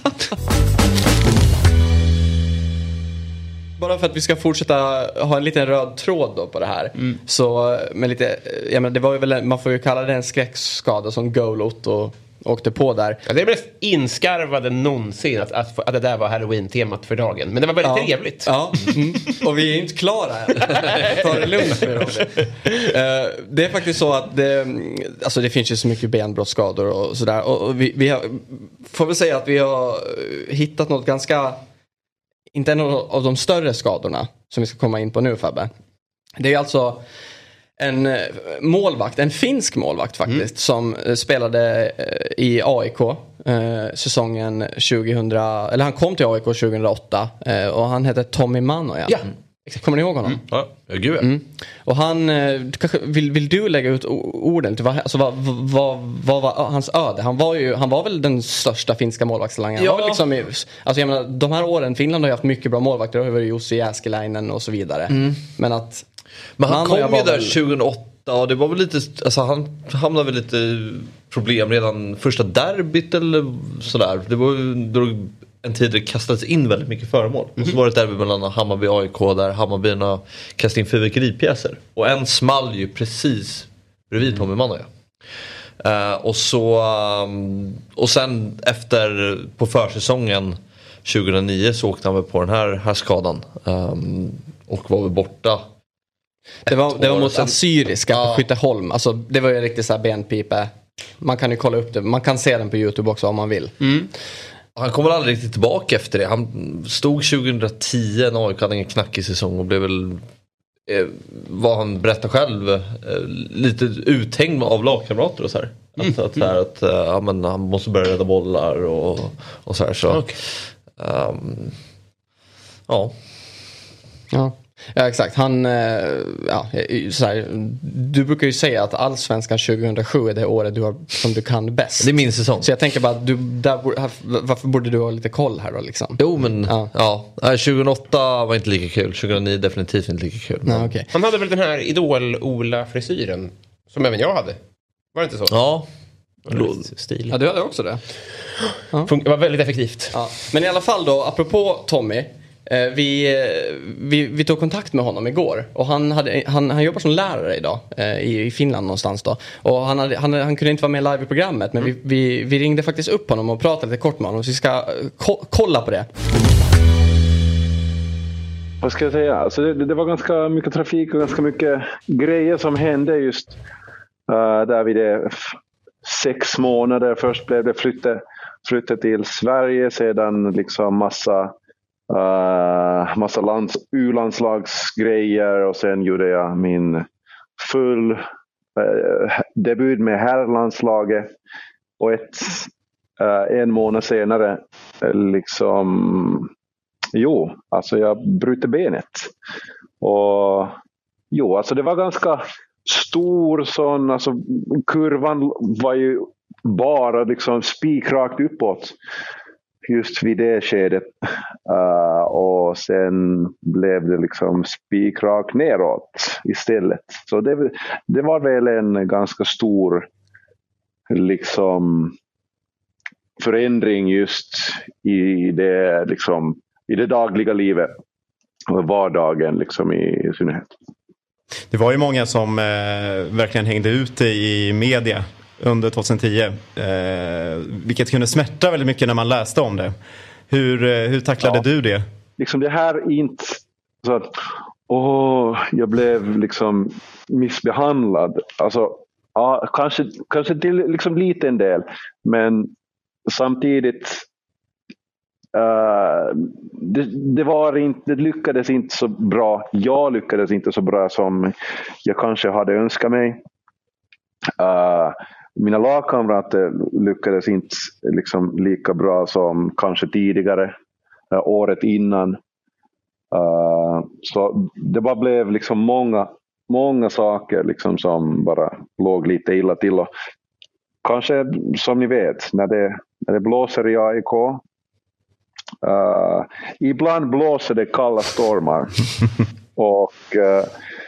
Bara för att vi ska fortsätta ha en liten röd tråd då på det här. Mm. Så med lite, jag menar, det var ju väl, man får ju kalla det en skräckskada som Golot och åkte på där. Ja, det är mest inskarvade någonsin att, att, att det där var Halloween-temat för dagen. Men det var väldigt ja. trevligt. Ja, mm. Och vi är inte klara än. Ta det lugnt med det. Uh, det är faktiskt så att det, alltså det finns ju så mycket benbrottsskador och sådär. Och, och vi, vi har, får väl säga att vi har hittat något ganska, inte en av de större skadorna som vi ska komma in på nu, Fabbe. Det är alltså en målvakt, en finsk målvakt faktiskt, mm. som spelade i A I K eh, säsongen tjugohundra, eller han kom till A I K tjugohundraåtta eh, och han hette Tommy Manoja. Ja. Kommer ni ihåg honom? Mm. Ja, gud. Mm. Och han, kanske, vill, vill du lägga ut orden till vad, alltså vad, vad, vad var hans öde? Han var ju, han var väl den största finska målvaktstalangen. Ja. Liksom, alltså jag menar, de här åren, Finland har ju haft mycket bra målvakter. Det har varit Jussi Jääskeläinen och så vidare. Mm. Men att Men han kom ju där väl tjugohundraåtta och det var väl lite, alltså han hamnade väl lite problem redan första derbyt eller sådär. Det var ju då en tid det kastades in väldigt mycket föremål. Mm-hmm. Och så var det ett derby mellan Hammarby och A I K där Hammarbyarna kastade in fyrverkeripjäser. Och en small ju precis bredvid Tommy Manoja. Uh, och så um, och sen efter på försäsongen tjugohundranio så åkte han väl på den här, här skadan. Um, och var väl borta. Det var, det var mot Assyriska ja. på Skytteholm. Alltså, det var ju riktigt så här benpipe. Man kan ju kolla upp det. Man kan se den på YouTube också om man vill. Mm. Han kom väl aldrig riktigt tillbaka efter det. Han stod tjugohundratio när A I K hade en knackig säsong och blev väl, eh, vad han berättar själv, eh, lite uthängd av lagkamrater och så här. Mm. Att, att, här, att uh, ja, men han måste börja rädda bollar och, och så här. Så, okay. um, ja. Ja. Ja, exakt. Han, ja, så här, du brukar ju säga att Allsvenskan tjugohundrasju är det året du har, som du kan bäst. Det är min säsong. Så jag tänker bara, du, där, varför borde du ha lite koll här då liksom? Jo, men ja. Ja, tjugohundraåtta var inte lika kul. tjugohundranio definitivt inte lika kul. Nej, okay. Han hade väl den här Idol-Ola-frisyren som även jag hade. Var det inte så? Ja. Stil. Ja, du hade också det. Ja. Det var väldigt effektivt. Ja. Men i alla fall då, apropå Tommy. Vi, vi, vi tog kontakt med honom igår och han, hade, han, han jobbar som lärare idag eh, i, i Finland någonstans då. Och han, hade, han, han kunde inte vara med live i programmet, men mm. vi, vi, vi ringde faktiskt upp honom och pratade lite kort med honom, så vi ska ko- kolla på det. Vad ska jag säga? Alltså det, det var ganska mycket trafik och ganska mycket grejer som hände just uh, där vid det f- sex månader. Först blev det flytte, flytte till Sverige, sedan liksom massa Uh, massa lands, u-landslagsgrejer och sen gjorde jag min full uh, debut med herrlandslaget och ett, uh, en månad senare uh, liksom jo, alltså jag bryter benet och jo, alltså det var ganska stor sån, alltså kurvan var ju bara liksom spikrakt uppåt just vid det skedet uh, och sen blev det liksom spikrak neråt istället. Så det, det var väl en ganska stor liksom förändring just i det liksom i det dagliga livet och vardagen liksom i, i synnerhet. Det var ju många som eh, verkligen hängde ut i media under tjugohundratio, eh, vilket kunde smärta väldigt mycket när man läste om det. Hur, eh, hur tacklade ja. du det? Liksom det här är inte så att åh, jag blev liksom missbehandlad. Alltså, ja, kanske, kanske till liksom liten del, men samtidigt uh, det, det, var inte, det lyckades inte så bra. Jag lyckades inte så bra som jag kanske hade önskat mig. Uh, Mina lagkamrater lyckades inte liksom lika bra som kanske tidigare, äh, året innan. Uh, så det bara blev liksom många, många saker liksom som bara låg lite illa till. Och kanske som ni vet, när det, när det blåser i A I K. Uh, ibland blåser det kalla stormar. Och uh,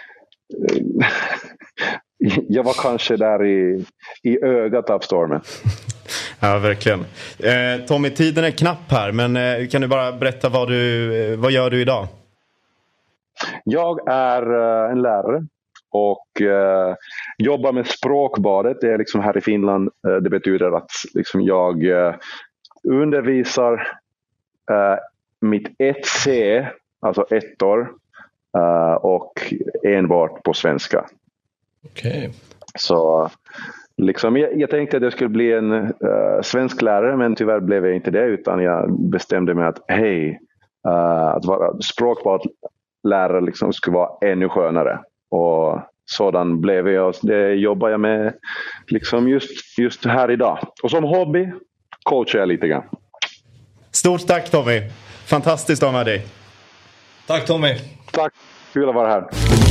jag var kanske där i, i ögat av stormen. Ja, verkligen. Eh, Tommy, tiden är knapp här, men eh, kan du bara berätta vad du, eh, vad gör du idag? Jag är uh, en lärare och uh, jobbar med Språkbadet. Det är liksom här i Finland. Uh, det betyder att liksom, jag uh, undervisar uh, mitt ett C, alltså ett år, uh, och enbart på svenska. Okej. Okay. Så liksom, jag, jag tänkte att jag skulle bli en uh, svensk lärare, men tyvärr blev jag inte det, utan jag bestämde mig att hej, uh, att vara språkbadlärare liksom skulle vara ännu skönare. Och sådan blev jag. Det jobbar jag med liksom just, just här idag. Och som hobby coachar jag lite grann. Stort tack Tommy. Fantastiskt att ha med dig. Tack Tommy. Tack, kul att vara här.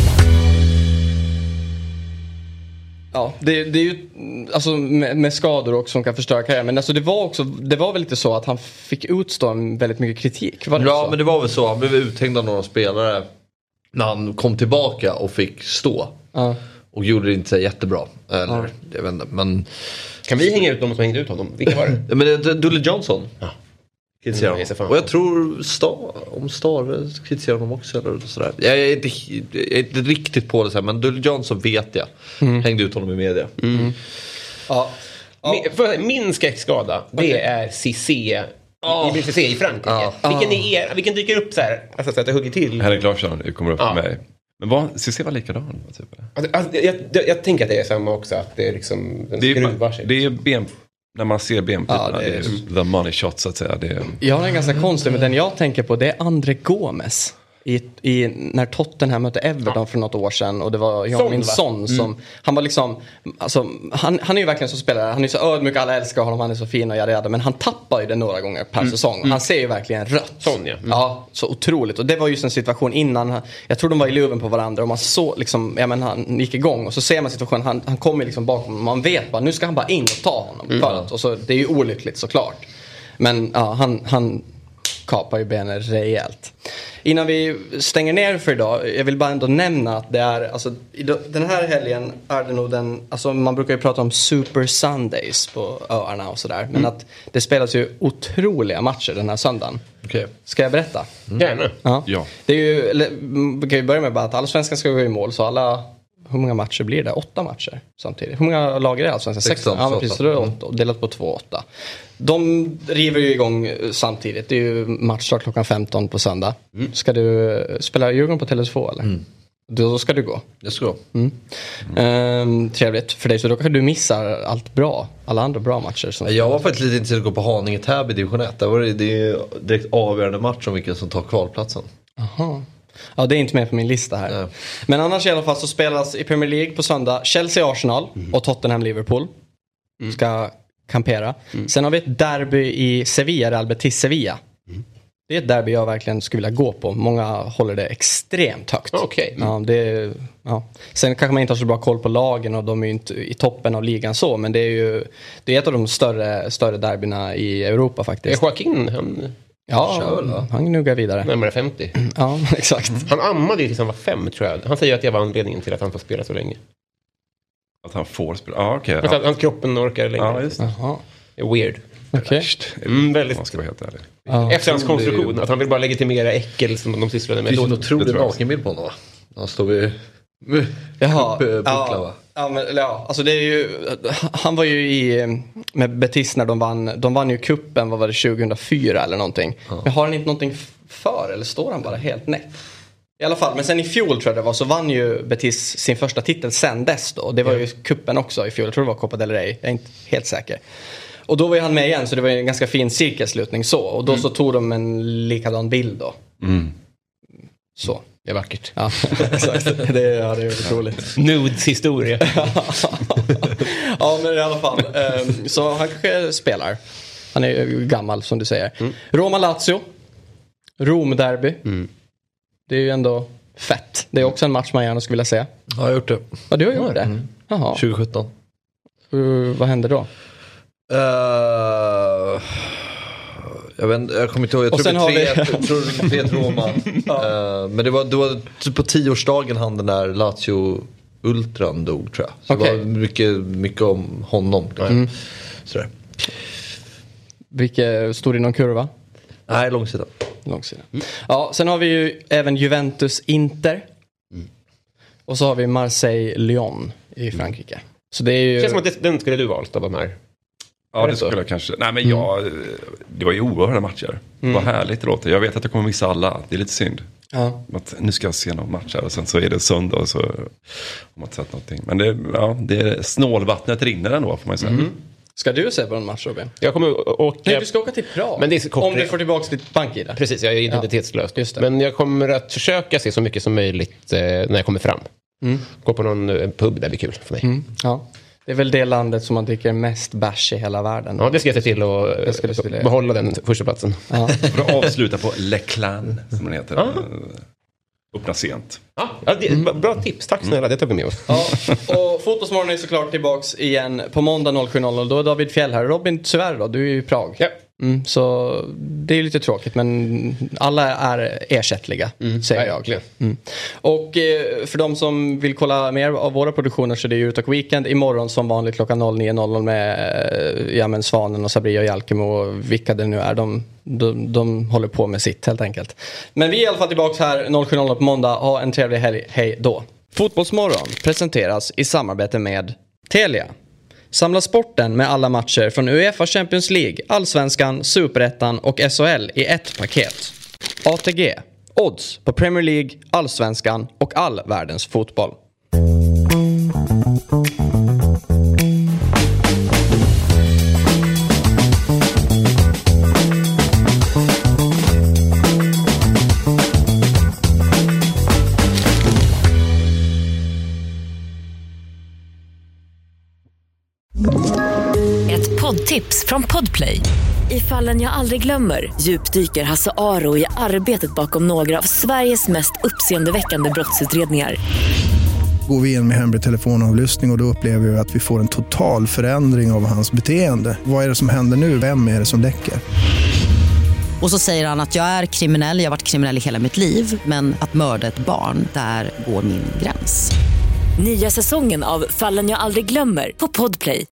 Ja, det, det är ju alltså med, med skador också som kan förstöra karriären. Men alltså det var också, det var väl lite så att han fick utstå en väldigt mycket kritik. Var det ja, så? Men det var väl så. Han blev uthängd av några spelare när han kom tillbaka och fick stå. Ja. Och gjorde det inte så jättebra. Eller, ja. Jag vet inte, men... Kan vi hänga ut dem som hängde ut honom? Vilka var det? Ja, men det är Dudley Johnson. Ja. Mm, och jag tror Star, om Stare kritiserar honom också eller sådär. Jag är inte, jag är inte riktigt på det så här, men Dudley Johnson vet jag. Mm. Hängde ut honom i media. Mm. Ja. Ja. Min, min skräckskada, det okay. är Cissé. Oh. I Cissé i Frankrike. Oh. Vilken, är er, vilken dyker upp så här? Alltså så att det hugger till. Henrik Larsson kommer upp för ja. mig. Men vad, Cissé var likadan? Typ. Alltså, alltså, jag, jag, jag tänker att det är samma också. Att det är liksom... Det är, det är ben... När man ser B M P, ja, det, det är the money shot så att säga. Det är... Jag har en ganska konstig, men den jag tänker på det är André Gomes. I, i, när Tottenham mötte Everton ja. för något år sedan. Och det var jag min son som... Mm. Han var liksom... Alltså, han, han är ju verkligen så spelare. Han är så ödmjuk, alla älskar honom. Han är så fin och jada, jada. Men han tappar ju det några gånger per mm. säsong. Mm. Han ser ju verkligen rött. Sån, ja. Mm. Ja, så otroligt. Och det var just en situation innan... Jag tror de var i luven på varandra. Och man så liksom... Ja, men han gick igång. Och så ser man situationen. Han, han kommer liksom bakom. Man vet bara, nu ska han bara in och ta honom. Mm. För att, och så, det är ju olyckligt såklart. Men ja, han... han kapar ju benen rejält. Innan vi stänger ner för idag, jag vill bara ändå nämna att det är, alltså, den här helgen är det nog den, alltså man brukar ju prata om Super Sundays på öarna och sådär, men mm. att det spelas ju otroliga matcher den här söndagen. Okay. Ska jag berätta? Mm. Gärna. Ja. ja. Det är ju, vi kan ju börja med bara att alla svenskar ska gå i mål, så alla, hur många matcher blir det? Åtta matcher samtidigt. Hur många lag är det alltså? sexton. Ja, precis. Så det är åtta, delat på två, åtta. De river ju igång samtidigt. Det är ju matchstart klockan femton på söndag. Mm. Ska du spela Djurgården på Tele två eller? Mm. Då ska du gå. Jag ska gå. Mm. Mm. Ehm, trevligt för dig, så då kan du missa allt bra. Alla andra bra matcher. Som jag var faktiskt lite intresserad av att gå på Haninge Täby division ett. Där var det, det är direkt avgörande match om vilken som tar kvalplatsen. Aha. Ja, det är inte med på min lista här. Nej. Men annars i alla fall så spelas i Premier League på söndag Chelsea-Arsenal mm. och Tottenham-Liverpool. Mm. Ska kampera. Mm. Sen har vi ett derby i Sevilla, Real Betis-Sevilla. Mm. Det är ett derby jag verkligen skulle vilja gå på. Många håller det extremt högt. Okay. Mm. Ja, det, ja. Sen kanske man inte har så bra koll på lagen och de är ju inte i toppen av ligan så. Men det är ju det är ett av de större, större derbyna i Europa faktiskt. Är Joaquin, han... Ja, Kör, han gnuggar vidare. Närmare femtio. Ja, exakt. Han ammade ju tills han var fem, tror jag. Han säger att jag var anledningen till att han får spela så länge. Att han får spela? Ah, okej. Okay, ja. Att hans kroppen orkar längre. Ja, just det. Aha. Det är weird. Okej. Okay. Mm, väldigt. Man ska vara helt ärlig. Ja. Efter hans konstruktion, att han vill bara legitimera äckel som de sysslade med. Det finns en otrolig nakenbild på honom, va? Han står vid... Jaha, ja, ja, men, ja, alltså det är ju, han var ju i med Betis när de vann, de vann ju kuppen, vad var det, tjugohundrafyra eller någonting. Ja. Men har han inte någonting för, eller står han bara helt nätt? I alla fall, men sen i fjol tror jag det var, så vann ju Betis sin första titel sen dess då. Det var ju kuppen också i fjol, jag tror det var Copa del Rey, jag är inte helt säker. Och då var ju han med igen, så det var ju en ganska fin cirkelslutning så. Och då mm. så tog de en likadan bild då. Mm. Så. Det är vackert. Ja, exakt. Det, ja, det är otroligt. Nudes historia. Ja, men i alla fall. Um, så han kanske spelar. Han är ju gammal, som du säger. Mm. Roma-Lazio. Rom-derby. Mm. Det är ju ändå fett. Det är också en match man gärna skulle vilja se. Ja, jag har gjort det. Ja, du har gjort det? Mm. Jaha. tjugo sjutton. Uh, vad hände då? Uh, Uh, jag, vet, jag kommer inte ihåg, jag tror det var tre till Roma. ja. uh, Men det var, det var typ på tioårsdagen han den där Lazio Ultran dog, tror jag. Så okay. Det var mycket, mycket om honom. Mm. Sådär. Vilket, stod det någon kurva? Nej, långsida. Långsida. Mm. Ja, sen har vi ju även Juventus Inter. Mm. Och så har vi Marseille Lyon i Frankrike. Mm. Så det är ju... Det känns som att det, den skulle du valt av de här. Ja, det, det skulle jag kanske. Nej, men mm. jag, det var ju oerhörda matcher. Det var mm. härligt det låter. Jag vet att jag kommer missa alla. Det är lite synd. Ja. Att nu ska jag se någon match här och sen så är det söndag och så har man inte sett någonting. Men det, ja, det är snålvattnet rinner ändå, får man säga. Mm. Ska du se på en match, Robin? Jag kommer åka... Nej, du ska åka till Prag. Men det är om du får tillbaka ditt bank-id. Precis, jag är identitetslös. Ja, men jag kommer att försöka se så mycket som möjligt eh, när jag kommer fram. Mm. Gå på någon eh, pub, det blir kul för mig. Mm. Ja. Det är väl det landet som man dricker mest bärs i hela världen. Ja, det ska jag se till att behålla den första platsen. Ja. För att avsluta på Le Clan, som den heter. Ah. Öppna sent. Ah, ja, det, mm. Bra tips, tack snälla, det tar vi med oss. Ja, och Fotbollsmorgon är såklart tillbaks igen på måndag noll sju noll noll. Då är David Fjell här. Robin, tyvärr då, du är i Prag. Ja. Mm, så det är lite tråkigt, men alla är ersättliga, mm, säger jag. Mm. Och eh, för de som vill kolla mer av våra produktioner så är det Eurotalk Weekend imorgon som vanligt klockan noll nio noll noll med eh, ja, men Svanen och Sabri och Jalkemo och vilka det nu är. De, de, de håller på med sitt helt enkelt. Men vi är i alla fall tillbaka här noll sju noll noll på måndag. Ha en trevlig helg. Hej då. Fotbollsmorgon presenteras i samarbete med Telia. Samla sporten med alla matcher från UEFA Champions League, Allsvenskan, Superettan och S H L i ett paket. A T G. Odds på Premier League, Allsvenskan och all världens fotboll. Poddtips från Podplay. I Fallen jag aldrig glömmer djupdyker Hasse Aro i arbetet bakom några av Sveriges mest uppseendeväckande brottsutredningar. Går vi in med hemlig telefonavlyssning och då upplever vi att vi får en total förändring av hans beteende. Vad är det som händer nu? Vem är det som läcker? Och så säger han att jag är kriminell, jag har varit kriminell i hela mitt liv, men att mörda ett barn, där går min gräns. Nya säsongen av Fallen jag aldrig glömmer på Podplay.